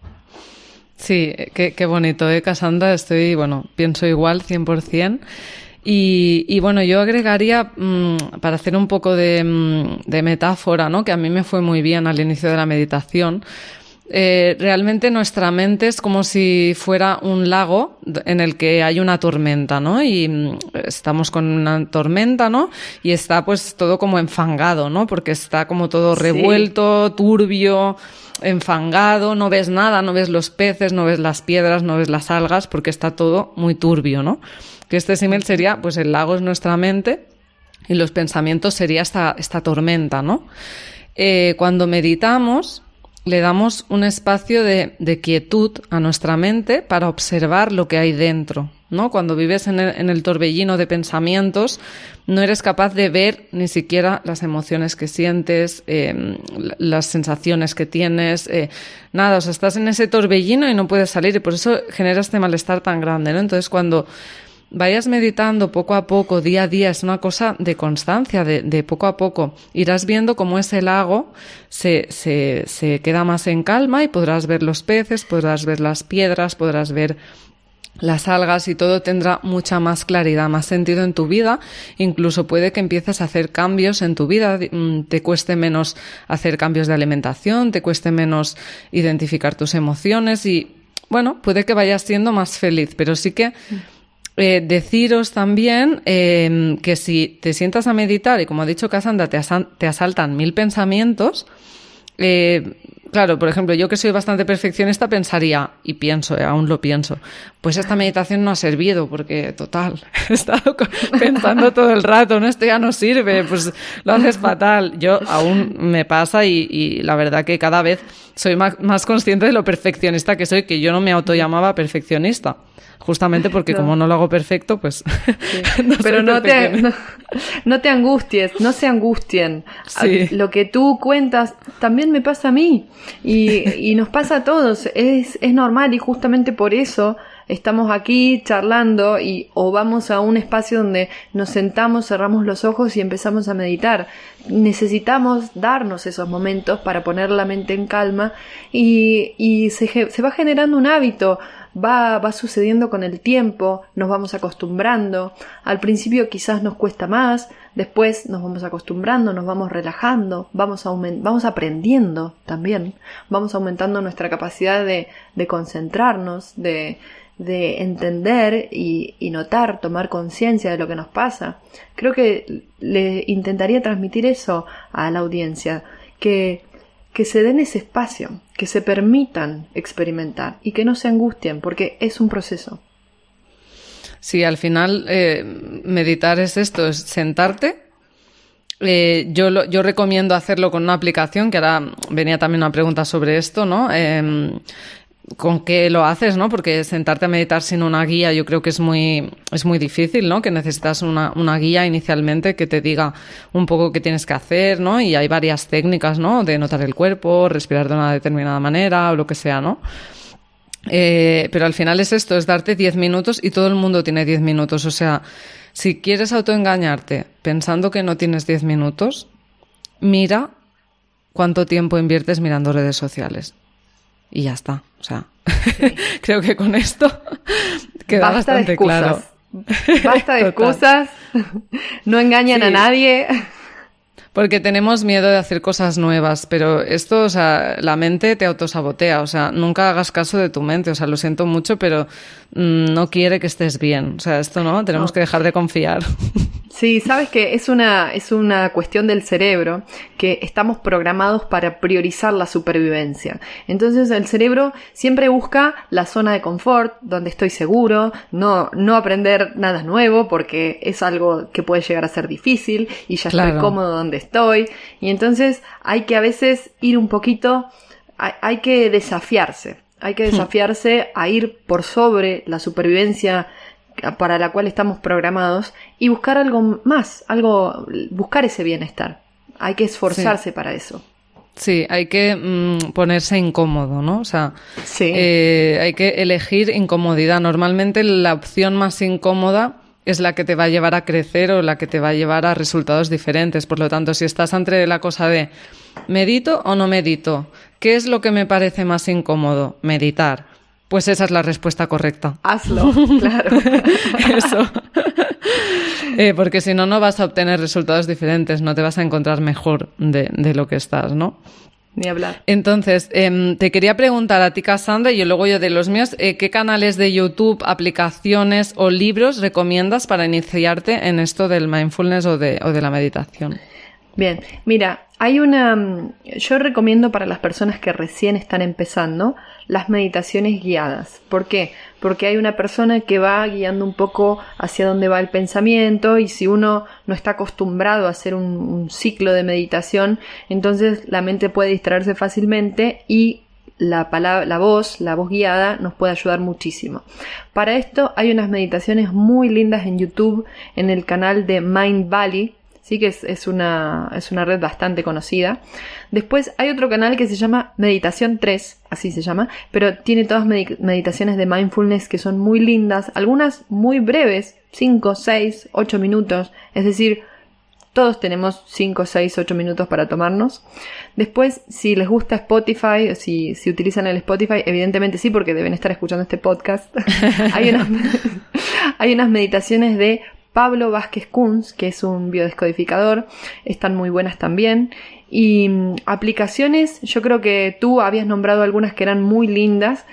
Speaker 1: Sí, qué bonito, Cassandra? Pienso igual, 100%. Y bueno, yo agregaría, para hacer un poco de metáfora, ¿no? Que a mí me fue muy bien al inicio de la meditación. Realmente nuestra mente es como si fuera un lago en el que hay una tormenta, ¿no? Y estamos con una tormenta, ¿no? Y está pues todo como enfangado, ¿no? Porque está como todo revuelto, turbio, enfangado, no ves nada, no ves los peces, no ves las piedras, no ves las algas, porque está todo muy turbio, ¿no? Que este símil sería, pues el lago es nuestra mente y los pensamientos sería esta tormenta, ¿no? Cuando meditamos, le damos un espacio de quietud a nuestra mente para observar lo que hay dentro, ¿no? Cuando vives en el torbellino de pensamientos, no eres capaz de ver ni siquiera las emociones que sientes, las sensaciones que tienes, nada, o sea, estás en ese torbellino y no puedes salir y por eso genera este malestar tan grande, ¿no? Entonces, cuando vayas meditando poco a poco, día a día, es una cosa de constancia, de poco a poco. Irás viendo cómo ese lago se queda más en calma y podrás ver los peces, podrás ver las piedras, podrás ver las algas y todo tendrá mucha más claridad, más sentido en tu vida. Incluso puede que empieces a hacer cambios en tu vida, te cueste menos hacer cambios de alimentación, te cueste menos identificar tus emociones y, bueno, puede que vayas siendo más feliz, pero sí que deciros también que si te sientas a meditar y, como ha dicho Cassandra, te asaltan 1000 pensamientos, claro, por ejemplo, yo que soy bastante perfeccionista pensaría, y pienso, aún lo pienso, pues esta meditación no ha servido porque, total, he estado pensando todo el rato, ¿no? Esto ya no sirve, pues lo haces fatal. Yo aún me pasa y la verdad que cada vez soy más consciente de lo perfeccionista que soy, que yo no me autollamaba perfeccionista. Justamente porque como no lo hago perfecto, pues...
Speaker 2: Sí. No. Pero no te angusties, no se angustien.
Speaker 1: Sí.
Speaker 2: Lo que tú cuentas también me pasa a mí y nos pasa a todos. Es normal y justamente por eso estamos aquí charlando o vamos a un espacio donde nos sentamos, cerramos los ojos y empezamos a meditar. Necesitamos darnos esos momentos para poner la mente en calma y se va generando un hábito. Va sucediendo con el tiempo, nos vamos acostumbrando. Al principio quizás nos cuesta más, después nos vamos acostumbrando, nos vamos relajando, vamos aprendiendo también, vamos aumentando nuestra capacidad de concentrarnos, de entender y notar, tomar conciencia de lo que nos pasa. Creo que le intentaría transmitir eso a la audiencia, que se den ese espacio, que se permitan experimentar y que no se angustien, porque es un proceso.
Speaker 1: Sí, al final meditar es esto, es sentarte. Yo recomiendo hacerlo con una aplicación, que ahora venía también una pregunta sobre esto, ¿no? ¿Con qué lo haces, no? Porque sentarte a meditar sin una guía yo creo que es muy difícil, ¿no? Que necesitas una guía inicialmente que te diga un poco qué tienes que hacer, ¿no? Y hay varias técnicas, ¿no? De notar el cuerpo, respirar de una determinada manera o lo que sea, ¿no? Pero al final es esto, es darte 10 minutos y todo el mundo tiene 10 minutos. O sea, si quieres autoengañarte pensando que no tienes 10 minutos, mira cuánto tiempo inviertes mirando redes sociales. Y ya está, o sea, sí. Creo que con esto queda bastante claro.
Speaker 2: Basta de excusas, no engañan a nadie.
Speaker 1: Porque tenemos miedo de hacer cosas nuevas, pero esto, o sea, la mente te autosabotea, o sea, nunca hagas caso de tu mente, o sea, lo siento mucho, pero no quiere que estés bien, o sea, esto no, tenemos que dejar de confiar.
Speaker 2: Sí, sabes que es una cuestión del cerebro, que estamos programados para priorizar la supervivencia. Entonces el cerebro siempre busca la zona de confort, donde estoy seguro, no aprender nada nuevo, porque es algo que puede llegar a ser difícil y ya estoy cómodo donde estoy. Y entonces hay que a veces ir un poquito, hay que desafiarse. Hay que desafiarse a ir por sobre la supervivencia para la cual estamos programados y buscar algo más, buscar ese bienestar. Hay que esforzarse para eso.
Speaker 1: Sí, hay que ponerse incómodo, ¿no? O sea, sí. Hay que elegir incomodidad. Normalmente la opción más incómoda es la que te va a llevar a crecer o la que te va a llevar a resultados diferentes. Por lo tanto, si estás entre la cosa de ¿medito o no medito? ¿Qué es lo que me parece más incómodo? Meditar. Pues esa es la respuesta correcta.
Speaker 2: Hazlo, claro.
Speaker 1: Eso. Porque si no, no vas a obtener resultados diferentes, no te vas a encontrar mejor de lo que estás, ¿no?
Speaker 2: Ni hablar.
Speaker 1: Entonces, te quería preguntar a ti, Cassandra, y luego yo de los míos, ¿qué canales de YouTube, aplicaciones o libros recomiendas para iniciarte en esto del mindfulness o de la meditación?
Speaker 2: Bien, mira, yo recomiendo para las personas que recién están empezando las meditaciones guiadas. ¿Por qué? Porque hay una persona que va guiando un poco hacia dónde va el pensamiento, y si uno no está acostumbrado a hacer un ciclo de meditación, entonces la mente puede distraerse fácilmente y la voz guiada nos puede ayudar muchísimo. Para esto hay unas meditaciones muy lindas en YouTube, en el canal de Mindvalley. Sí, que es una red bastante conocida. Después hay otro canal que se llama Meditación 3, así se llama, pero tiene todas meditaciones de mindfulness que son muy lindas, algunas muy breves, 5, 6, 8 minutos, es decir, todos tenemos 5, 6, 8 minutos para tomarnos. Después, si les gusta Spotify, si utilizan el Spotify, evidentemente sí, porque deben estar escuchando este podcast, hay unas meditaciones de Pablo Vázquez Kunz, que es un biodescodificador, están muy buenas también. Y aplicaciones, yo creo que tú habías nombrado algunas que eran muy lindas.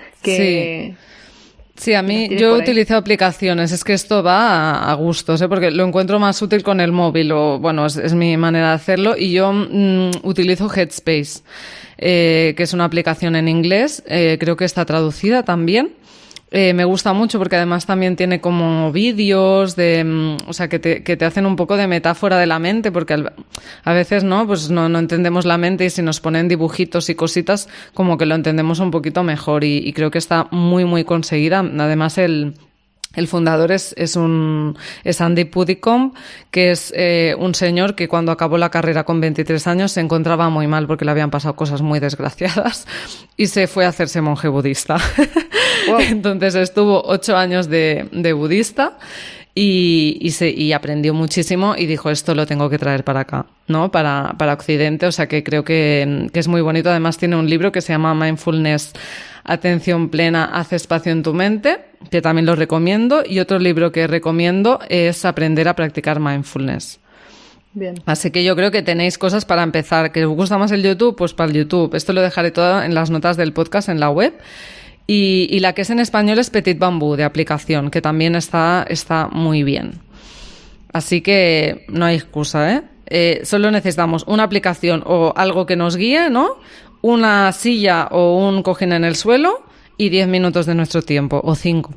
Speaker 1: Sí, a mí yo he utilizado aplicaciones, es que esto va a gustos, porque lo encuentro más útil con el móvil, o bueno, es mi manera de hacerlo, y yo utilizo Headspace, que es una aplicación en inglés, creo que está traducida también. Me gusta mucho porque además también tiene como vídeos o sea, que te hacen un poco de metáfora de la mente, porque a veces pues no entendemos la mente, y si nos ponen dibujitos y cositas como que lo entendemos un poquito mejor, y creo que está muy muy conseguida. Además el fundador es Andy Puddicombe, que es un señor que cuando acabó la carrera con 23 años se encontraba muy mal porque le habían pasado cosas muy desgraciadas y se fue a hacerse monje budista. Wow. Entonces estuvo 8 años de budista y aprendió muchísimo, y dijo, esto lo tengo que traer para acá, ¿no? Para Occidente. O sea que creo que es muy bonito. Además tiene un libro que se llama Mindfulness, Atención Plena, haz espacio en tu mente, que también lo recomiendo, y otro libro que recomiendo es Aprender a practicar mindfulness.
Speaker 2: Bien.
Speaker 1: Así que yo creo que tenéis cosas para empezar. ¿Que os gusta más el YouTube? Pues para el YouTube. Esto lo dejaré todo en las notas del podcast en la web. Y la que es en español es Petit Bambú, de aplicación, que también está muy bien. Así que no hay excusa, solo necesitamos una aplicación o algo que nos guíe, ¿no? Una silla o un cojín en el suelo y 10 minutos de nuestro tiempo, o 5.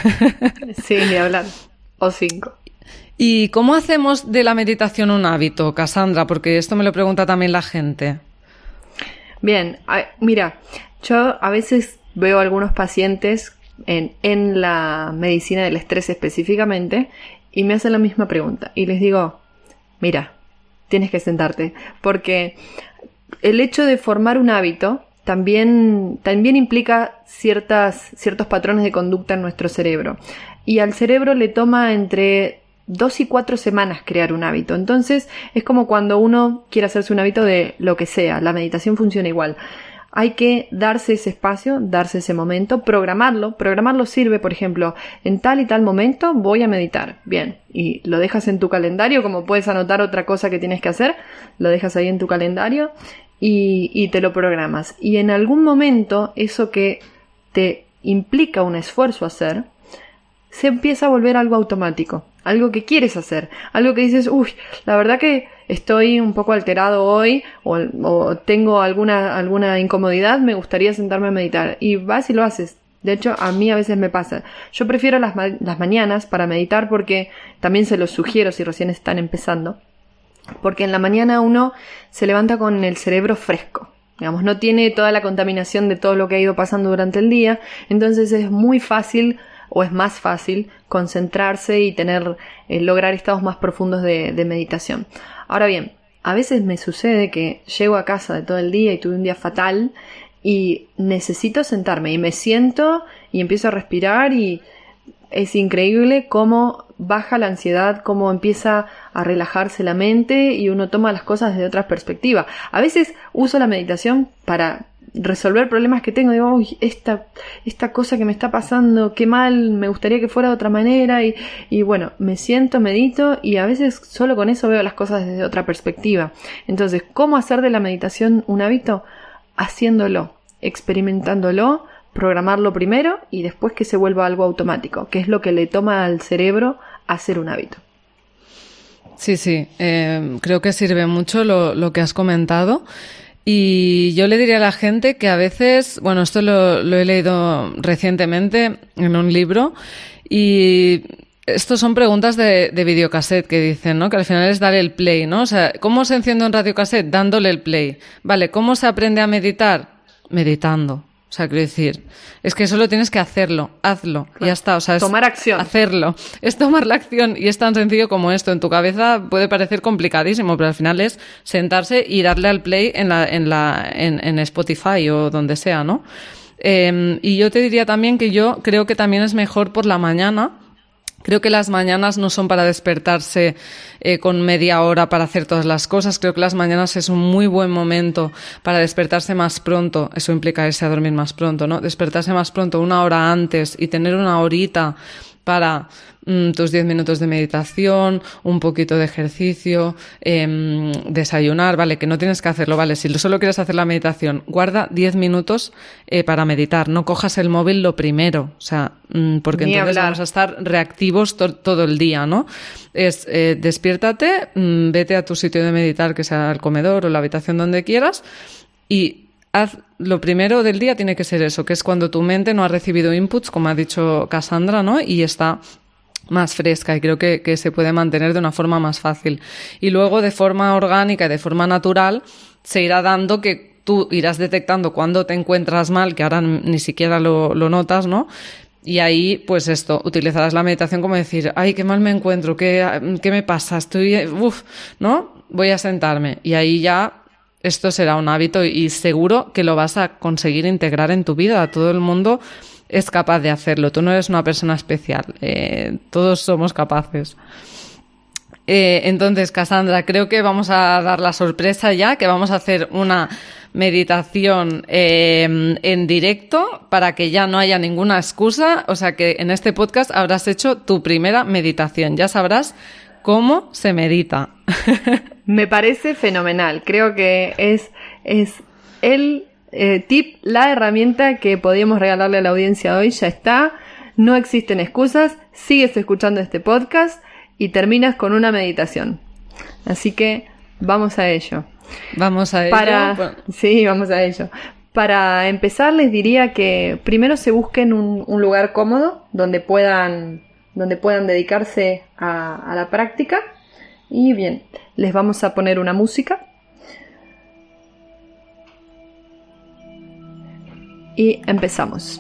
Speaker 2: Sí, ni hablar. O 5.
Speaker 1: ¿Y cómo hacemos de la meditación un hábito, Cassandra? Porque esto me lo pregunta también la gente.
Speaker 2: Bien, mira, yo a veces veo algunos pacientes en la medicina del estrés específicamente y me hacen la misma pregunta. Y les digo, mira, tienes que sentarte, porque el hecho de formar un hábito también implica ciertos patrones de conducta en nuestro cerebro. Y al cerebro le toma entre 2 y 4 semanas crear un hábito. Entonces es como cuando uno quiere hacerse un hábito de lo que sea. La meditación funciona igual. Hay que darse ese espacio, darse ese momento, programarlo. Programarlo sirve, por ejemplo, en tal y tal momento voy a meditar. Bien, y lo dejas en tu calendario, como puedes anotar otra cosa que tienes que hacer, lo dejas ahí en tu calendario y te lo programas. Y en algún momento eso que te implica un esfuerzo hacer, se empieza a volver algo automático, algo que quieres hacer, algo que dices, uy, la verdad que estoy un poco alterado hoy o tengo alguna incomodidad, me gustaría sentarme a meditar, y vas y lo haces. De hecho, a mí a veces me pasa. Yo prefiero las mañanas para meditar, porque también se los sugiero si recién están empezando, porque en la mañana uno se levanta con el cerebro fresco. Digamos, no tiene toda la contaminación de todo lo que ha ido pasando durante el día, entonces es muy fácil, o es más fácil, concentrarse y lograr estados más profundos de meditación. Ahora bien, a veces me sucede que llego a casa de todo el día y tuve un día fatal y necesito sentarme, y me siento y empiezo a respirar y es increíble cómo baja la ansiedad, cómo empieza a relajarse la mente y uno toma las cosas desde otra perspectiva. A veces uso la meditación para resolver problemas que tengo. Digo, uy, esta cosa que me está pasando, qué mal, me gustaría que fuera de otra manera. Y bueno, me siento, medito y a veces solo con eso veo las cosas desde otra perspectiva. Entonces, ¿cómo hacer de la meditación un hábito? Haciéndolo, experimentándolo, programarlo primero y después que se vuelva algo automático, que es lo que le toma al cerebro hacer un hábito.
Speaker 1: Sí, creo que sirve mucho lo que has comentado. Y yo le diría a la gente que a veces, bueno, esto lo he leído recientemente en un libro y estos son preguntas de videocassette que dicen, ¿no? Que al final es dar el play, ¿no? O sea, ¿cómo se enciende un radiocassette? Dándole el play. Vale, ¿cómo se aprende a meditar? Meditando. O sea, quiero decir, es que solo tienes que hacerlo, hazlo, claro. Y ya está. O sea, es
Speaker 2: tomar acción.
Speaker 1: Hacerlo. Es tomar la acción y es tan sencillo como esto. En tu cabeza puede parecer complicadísimo, pero al final es sentarse y darle al play en Spotify o donde sea, ¿no? Y yo te diría también que yo creo que también es mejor por la mañana. Creo que las mañanas no son para despertarse con media hora para hacer todas las cosas. Creo que las mañanas es un muy buen momento para despertarse más pronto. Eso implica irse a dormir más pronto, ¿no? Despertarse más pronto, 1 hora antes y tener 1 horita para tus 10 minutos de meditación, un poquito de ejercicio, desayunar, vale, que no tienes que hacerlo, vale, si solo quieres hacer la meditación, guarda 10 minutos para meditar, no cojas el móvil lo primero, o sea, porque entonces vamos a estar reactivos todo el día, ¿no? Despiértate, vete a tu sitio de meditar, que sea el comedor o la habitación donde quieras, y lo primero del día tiene que ser eso, que es cuando tu mente no ha recibido inputs, como ha dicho Cassandra, ¿no? Y está más fresca y creo que se puede mantener de una forma más fácil. Y luego de forma orgánica y de forma natural se irá dando que tú irás detectando cuando te encuentras mal, que ahora ni siquiera lo notas, ¿no? Y ahí, pues utilizarás la meditación como decir, ay, qué mal me encuentro, qué me pasa, ¿no? Voy a sentarme. Y ahí ya esto será un hábito y seguro que lo vas a conseguir integrar en tu vida. Todo el mundo es capaz de hacerlo. Tú no eres una persona especial. Todos somos capaces. Entonces, Cassandra, creo que vamos a dar la sorpresa ya, que vamos a hacer una meditación en directo para que ya no haya ninguna excusa. O sea que en este podcast habrás hecho tu primera meditación. Ya sabrás cómo se medita.
Speaker 2: Me parece fenomenal. Creo que es el tip, la herramienta que podíamos regalarle a la audiencia hoy. Ya está. No existen excusas. Sigues escuchando este podcast y terminas con una meditación. Así que vamos a ello.
Speaker 1: Vamos a ello.
Speaker 2: Sí, vamos a ello. Para empezar, les diría que primero se busquen un lugar cómodo donde puedan dedicarse a la práctica. Y bien, les vamos a poner una música. Y empezamos.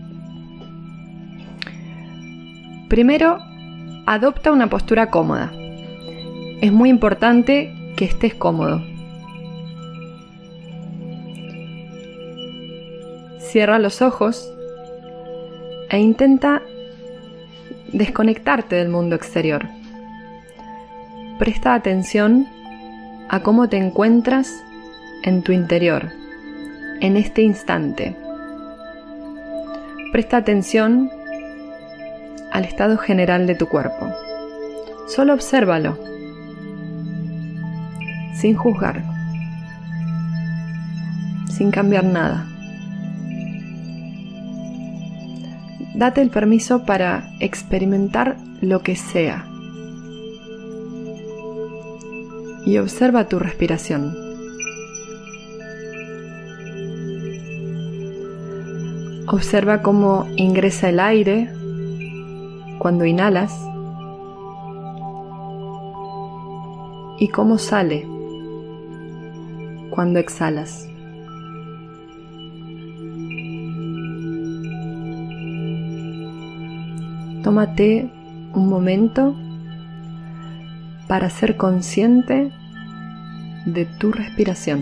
Speaker 2: Primero, adopta una postura cómoda. Es muy importante que estés cómodo. Cierra los ojos e intenta desconectarte del mundo exterior. Presta atención a cómo te encuentras en tu interior, en este instante. Presta atención al estado general de tu cuerpo. Solo obsérvalo, sin juzgar, sin cambiar nada. Date el permiso para experimentar lo que sea. Y observa tu respiración. Observa cómo ingresa el aire cuando inhalas y cómo sale cuando exhalas. Tómate un momento para ser consciente de tu respiración.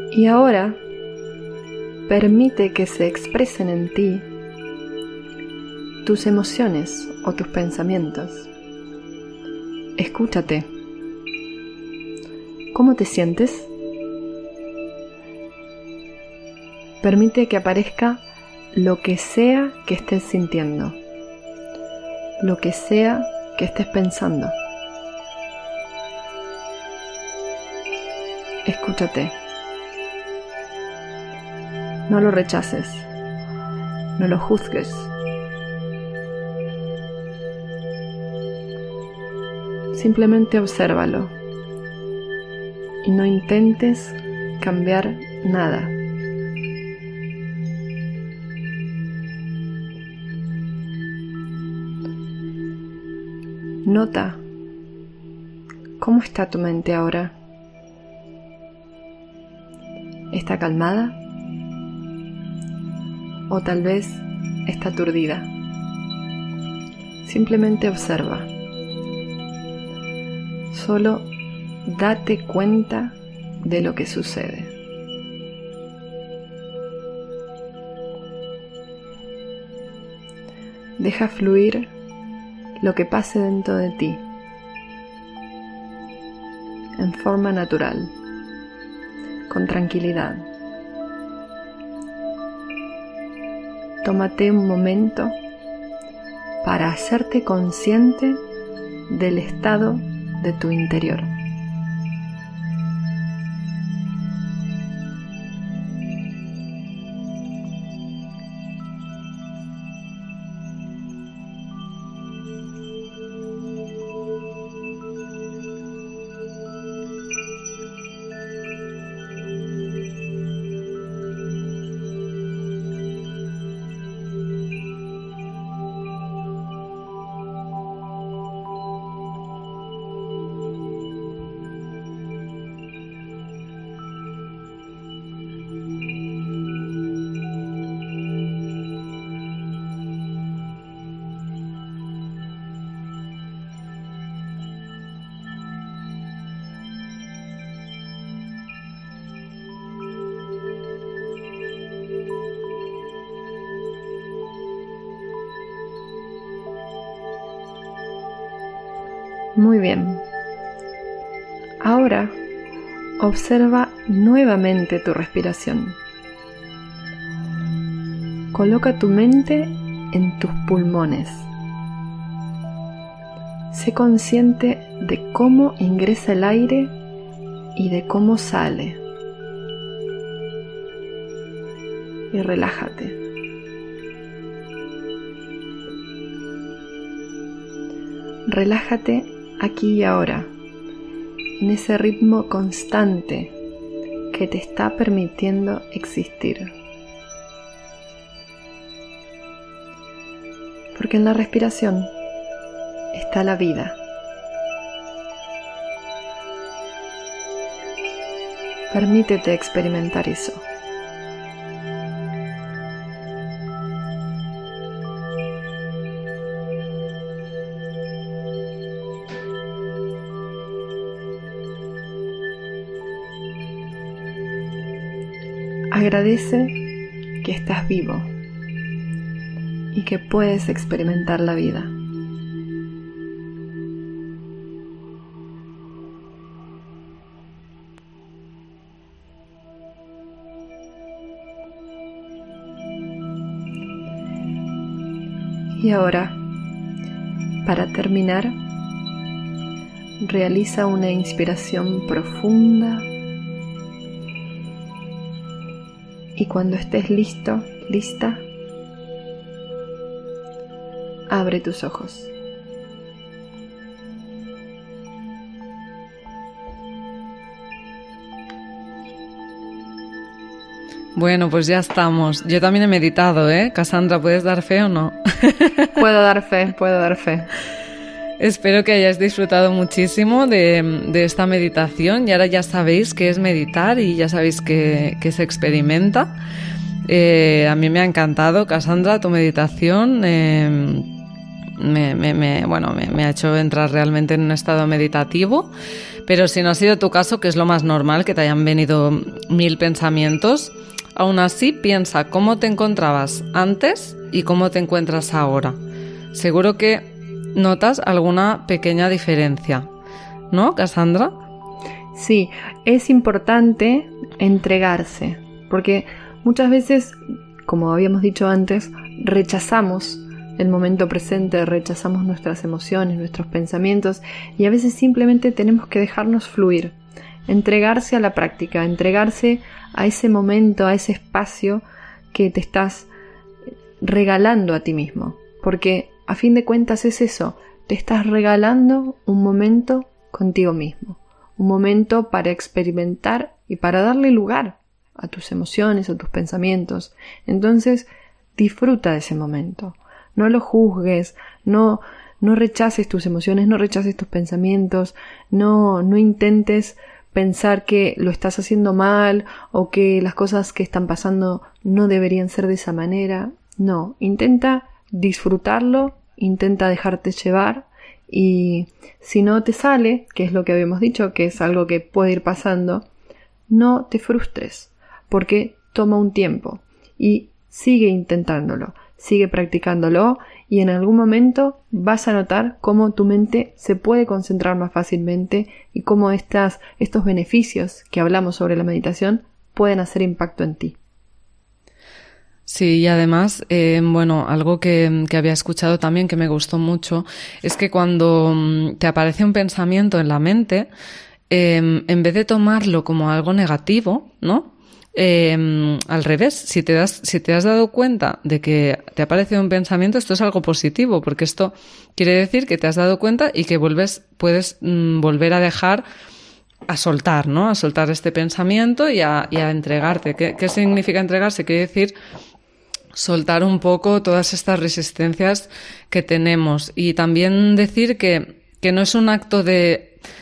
Speaker 2: Y ahora permite que se expresen en ti tus emociones o tus pensamientos. Escúchate. ¿Cómo te sientes? Permite que aparezca lo que sea que estés sintiendo, lo que sea que estés pensando. Escúchate. No lo rechaces, no lo juzgues. Simplemente obsérvalo y no intentes cambiar nada. Nota cómo está tu mente ahora. ¿Está calmada? O tal vez está aturdida. Simplemente observa. Solo date cuenta de lo que sucede. Deja fluir lo que pase dentro de ti, en forma natural, con tranquilidad. Tómate un momento para hacerte consciente del estado de tu interior. Muy bien. Ahora observa nuevamente tu respiración. Coloca tu mente en tus pulmones. Sé consciente de cómo ingresa el aire y de cómo sale. Y relájate. Relájate aquí y ahora, en ese ritmo constante que te está permitiendo existir. Porque en la respiración está la vida. Permítete experimentar eso. Agradece que estás vivo y que puedes experimentar la vida. Y ahora, para terminar, realiza una inspiración profunda. Y cuando estés listo, lista, abre tus ojos.
Speaker 1: Bueno, pues ya estamos. Yo también he meditado, ¿eh? Cassandra, ¿puedes dar fe o no?
Speaker 2: Puedo dar fe, puedo dar fe.
Speaker 1: Espero que hayáis disfrutado muchísimo de esta meditación y ahora ya sabéis qué es meditar y ya sabéis que se experimenta. A mí me ha encantado, Cassandra, tu meditación. me ha hecho entrar realmente en un estado meditativo. Pero si no ha sido tu caso, que es lo más normal, que te hayan venido 1000 pensamientos, aún así piensa cómo te encontrabas antes y cómo te encuentras ahora. Seguro que notas alguna pequeña diferencia, ¿no, Cassandra?
Speaker 2: Sí, es importante entregarse, porque muchas veces, como habíamos dicho antes, rechazamos el momento presente, rechazamos nuestras emociones, nuestros pensamientos, y a veces simplemente tenemos que dejarnos fluir, entregarse a la práctica, entregarse a ese momento, a ese espacio que te estás regalando a ti mismo, porque a fin de cuentas es eso, te estás regalando un momento contigo mismo, un momento para experimentar y para darle lugar a tus emociones, a tus pensamientos. Entonces, disfruta de ese momento. No lo juzgues, no rechaces tus emociones, no rechaces tus pensamientos, no intentes pensar que lo estás haciendo mal o que las cosas que están pasando no deberían ser de esa manera. No, intenta disfrutarlo, intenta dejarte llevar y si no te sale, que es lo que habíamos dicho, que es algo que puede ir pasando, no te frustres, porque toma un tiempo y sigue intentándolo. Sigue practicándolo y en algún momento vas a notar cómo tu mente se puede concentrar más fácilmente y cómo estos beneficios que hablamos sobre la meditación pueden hacer impacto en ti.
Speaker 1: Sí, y además, algo que había escuchado también que me gustó mucho es que cuando te aparece un pensamiento en la mente, en vez de tomarlo como algo negativo, ¿no? Al revés, si te has dado cuenta de que te ha aparecido un pensamiento, esto es algo positivo, porque esto quiere decir que te has dado cuenta y que puedes volver a dejar, a soltar, ¿no? A soltar este pensamiento y a entregarte. ¿Qué significa entregarse? Quiere decir soltar un poco todas estas resistencias que tenemos y también decir que no es un acto de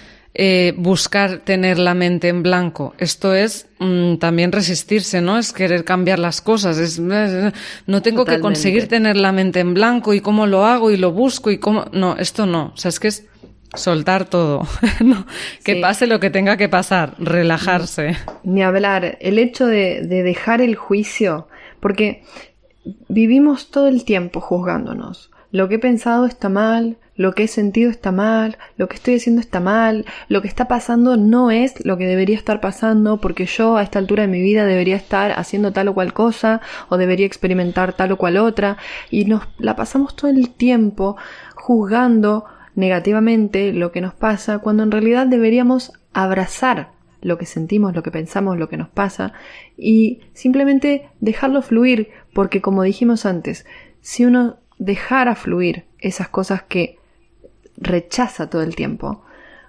Speaker 1: buscar tener la mente en blanco. Esto es también resistirse, ¿no? Es querer cambiar las cosas. No tengo
Speaker 2: Totalmente.
Speaker 1: que conseguir tener la mente en blanco y cómo lo hago y lo busco y cómo... No, esto no. O sea, es que es soltar todo. ¿No? Que
Speaker 2: sí.
Speaker 1: pase lo que tenga que pasar. Relajarse.
Speaker 2: Ni hablar. El hecho de dejar el juicio, porque vivimos todo el tiempo juzgándonos. Lo que he pensado está mal, lo que he sentido está mal, lo que estoy haciendo está mal, lo que está pasando no es lo que debería estar pasando porque yo a esta altura de mi vida debería estar haciendo tal o cual cosa o debería experimentar tal o cual otra y nos la pasamos todo el tiempo juzgando negativamente lo que nos pasa cuando en realidad deberíamos abrazar lo que sentimos, lo que pensamos, lo que nos pasa y simplemente dejarlo fluir porque como dijimos antes, si uno dejara fluir esas cosas que rechaza todo el tiempo,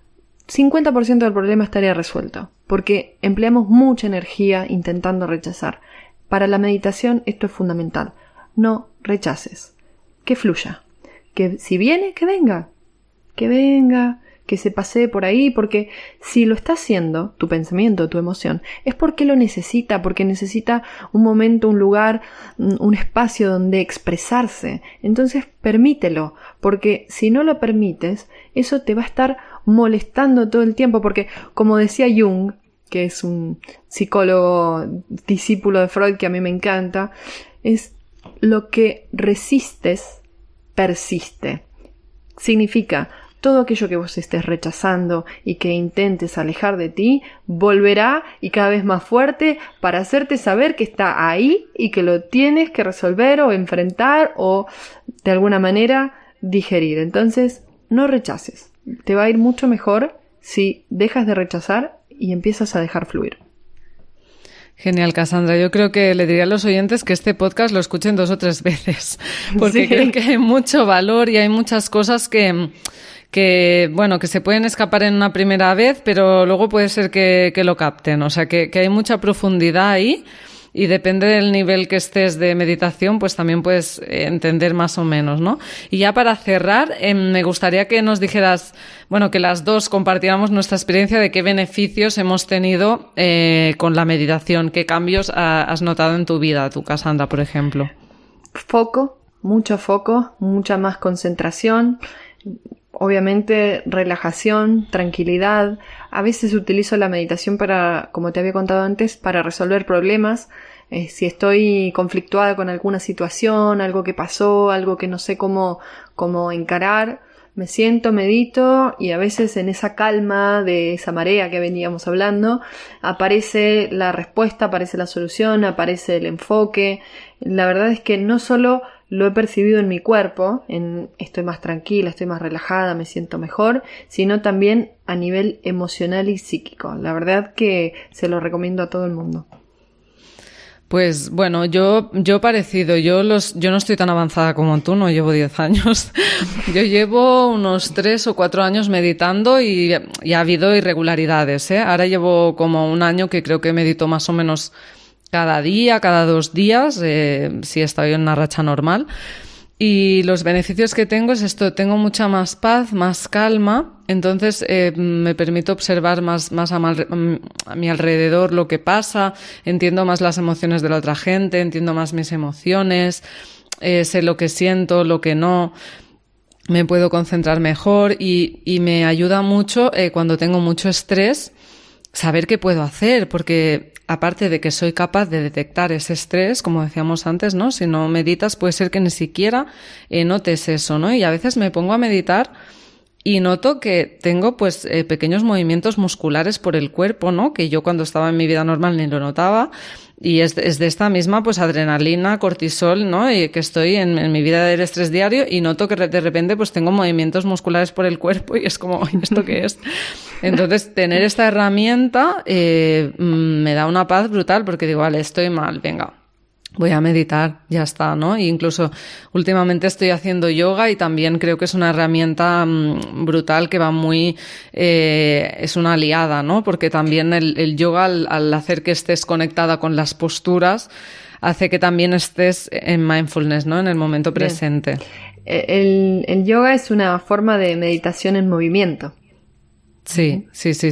Speaker 2: 50% del problema estaría resuelto, porque empleamos mucha energía intentando rechazar. Para la meditación esto es fundamental. No rechaces, que fluya, que si viene, que venga, que se pasee por ahí, porque si lo está haciendo, tu pensamiento, tu emoción, es porque lo necesita, porque necesita un momento, un lugar, un espacio donde expresarse. Entonces permítelo, porque si no lo permites, eso te va a estar molestando todo el tiempo, porque como decía Jung, que es un psicólogo discípulo de Freud que a mí me encanta, es lo que resistes, persiste. Significa, todo aquello que vos estés rechazando y que intentes alejar de ti, volverá y cada vez más fuerte para hacerte saber que está ahí y que lo tienes que resolver o enfrentar o de alguna manera digerir. Entonces, no rechaces. Te va a ir mucho mejor si dejas de rechazar y empiezas a dejar fluir.
Speaker 1: Genial, Cassandra. Yo creo que le diría a los oyentes que este podcast lo escuchen 2 o 3 veces, porque
Speaker 2: sí.
Speaker 1: Creo que hay mucho valor y hay muchas cosas que se pueden escapar en una primera vez, pero luego puede ser que lo capten. O sea, que hay mucha profundidad ahí y depende del nivel que estés de meditación, pues también puedes entender más o menos, ¿no? Y ya para cerrar, me gustaría que nos dijeras, que las dos compartiéramos nuestra experiencia de qué beneficios hemos tenido con la meditación, qué cambios has notado en tu vida, tú, Cassandra, por ejemplo.
Speaker 2: Foco, mucho foco, mucha más concentración, obviamente relajación, tranquilidad. A veces utilizo la meditación para, como te había contado antes, para resolver problemas. Si estoy conflictuada con alguna situación, algo que pasó, algo que no sé cómo encarar, me siento, medito y a veces en esa calma de esa marea que veníamos hablando, aparece la respuesta, aparece la solución, aparece el enfoque. La verdad es que no solo lo he percibido en mi cuerpo, estoy más tranquila, estoy más relajada, me siento mejor, sino también a nivel emocional y psíquico. La verdad que se lo recomiendo a todo el mundo.
Speaker 1: Pues bueno, yo parecido, yo no estoy tan avanzada como tú, no llevo 10 años. Yo llevo unos 3 o 4 años meditando y ha habido irregularidades, ¿eh? Ahora llevo como un año que creo que medito más o menos cada día, cada 2 días, si estoy en una racha normal. Y los beneficios que tengo es esto, tengo mucha más paz, más calma, entonces me permito observar más a mi alrededor lo que pasa, entiendo más las emociones de la otra gente, entiendo más mis emociones, sé lo que siento, lo que no, me puedo concentrar mejor y me ayuda mucho cuando tengo mucho estrés saber qué puedo hacer, porque aparte de que soy capaz de detectar ese estrés, como decíamos antes, ¿no? Si no meditas, puede ser que ni siquiera notes eso, ¿no? Y a veces me pongo a meditar y noto que tengo, pues, pequeños movimientos musculares por el cuerpo, ¿no? Que yo cuando estaba en mi vida normal ni lo notaba. Y es de esta misma, pues, adrenalina, cortisol, ¿no? Y que estoy en mi vida del estrés diario y noto que de repente, pues, tengo movimientos musculares por el cuerpo y es como, ¿esto qué es? Entonces, tener esta herramienta me da una paz brutal porque digo, vale, estoy mal, venga, voy a meditar, ya está, ¿no? E incluso últimamente estoy haciendo yoga y también creo que es una herramienta brutal que va muy... es una aliada, ¿no? Porque también el yoga, al hacer que estés conectada con las posturas, hace que también estés en mindfulness, ¿no? En el momento presente.
Speaker 2: El yoga es una forma de meditación en movimiento.
Speaker 1: Sí.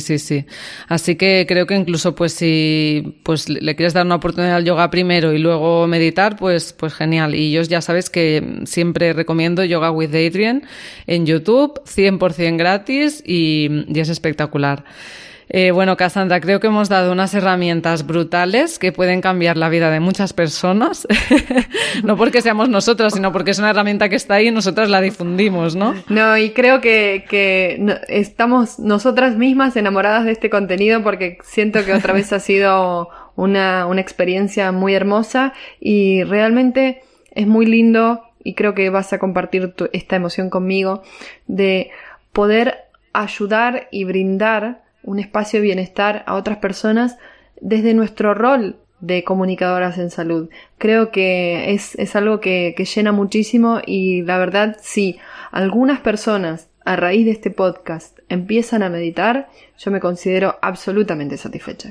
Speaker 1: Así que creo que incluso pues si pues le quieres dar una oportunidad al yoga primero y luego meditar, pues genial. Y yo ya sabes que siempre recomiendo Yoga with Adriene en YouTube, 100% gratis y es espectacular. Bueno, Cassandra, creo que hemos dado unas herramientas brutales que pueden cambiar la vida de muchas personas. No porque seamos nosotras, sino porque es una herramienta que está ahí y nosotras la difundimos, ¿no?
Speaker 2: No, y creo que estamos nosotras mismas enamoradas de este contenido porque siento que otra vez ha sido una experiencia muy hermosa y realmente es muy lindo y creo que vas a compartir esta emoción conmigo de poder ayudar y brindar un espacio de bienestar a otras personas desde nuestro rol de comunicadoras en salud. Creo que es algo que llena muchísimo y la verdad, si algunas personas a raíz de este podcast empiezan a meditar, yo me considero absolutamente satisfecha.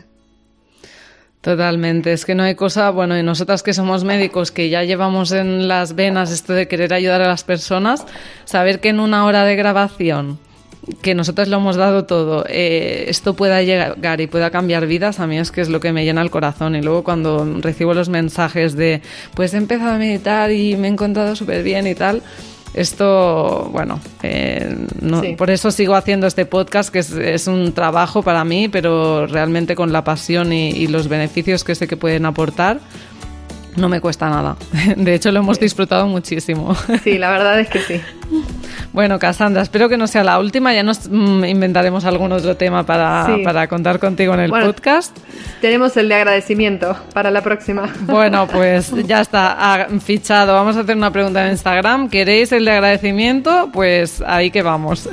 Speaker 1: Totalmente, es que no hay cosa, bueno, y nosotras que somos médicos, que ya llevamos en las venas esto de querer ayudar a las personas, saber que en una hora de grabación que nosotros lo hemos dado todo, esto pueda llegar y pueda cambiar vidas, a mí es que es lo que me llena el corazón. Y luego cuando recibo los mensajes de pues he empezado a meditar y me he encontrado súper bien y tal, esto, bueno, no, sí. Por eso sigo haciendo este podcast, que es un trabajo para mí, pero realmente con la pasión y los beneficios que sé que pueden aportar, no me cuesta nada. De hecho, lo hemos disfrutado muchísimo.
Speaker 2: Sí, la verdad es que sí.
Speaker 1: Bueno, Cassandra, espero que no sea la última. Ya nos inventaremos algún otro tema para contar contigo en el podcast.
Speaker 2: Tenemos el de agradecimiento para la próxima.
Speaker 1: Bueno, pues ya está fichado. Vamos a hacer una pregunta en Instagram. ¿Queréis el de agradecimiento? Pues ahí que vamos.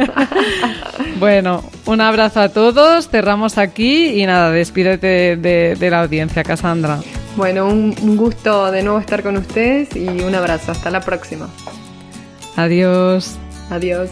Speaker 1: Bueno, un abrazo a todos. Cerramos aquí y nada, despídete de la audiencia, Cassandra.
Speaker 2: Bueno, un gusto de nuevo estar con ustedes y un abrazo. Hasta la próxima.
Speaker 1: Adiós.
Speaker 2: Adiós.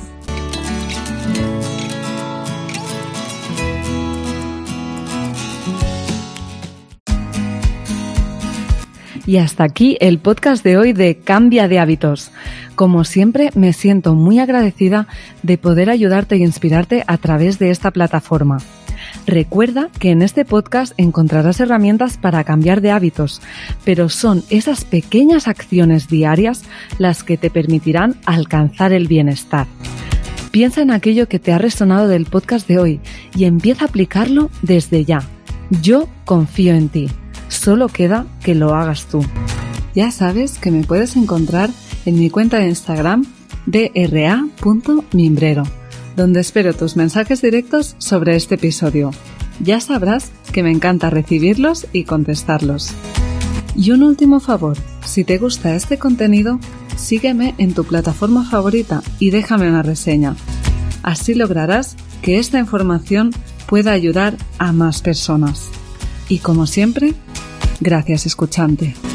Speaker 1: Y hasta aquí el podcast de hoy de Cambia de Hábitos. Como siempre, me siento muy agradecida de poder ayudarte e inspirarte a través de esta plataforma. Recuerda que en este podcast encontrarás herramientas para cambiar de hábitos, pero son esas pequeñas acciones diarias las que te permitirán alcanzar el bienestar. Piensa en aquello que te ha resonado del podcast de hoy y empieza a aplicarlo desde ya. Yo confío en ti. Solo queda que lo hagas tú. Ya sabes que me puedes encontrar en mi cuenta de Instagram dra.mimbrero, donde espero tus mensajes directos sobre este episodio. Ya sabrás que me encanta recibirlos y contestarlos. Y un último favor, si te gusta este contenido, sígueme en tu plataforma favorita y déjame una reseña. Así lograrás que esta información pueda ayudar a más personas. Y como siempre, gracias escuchante.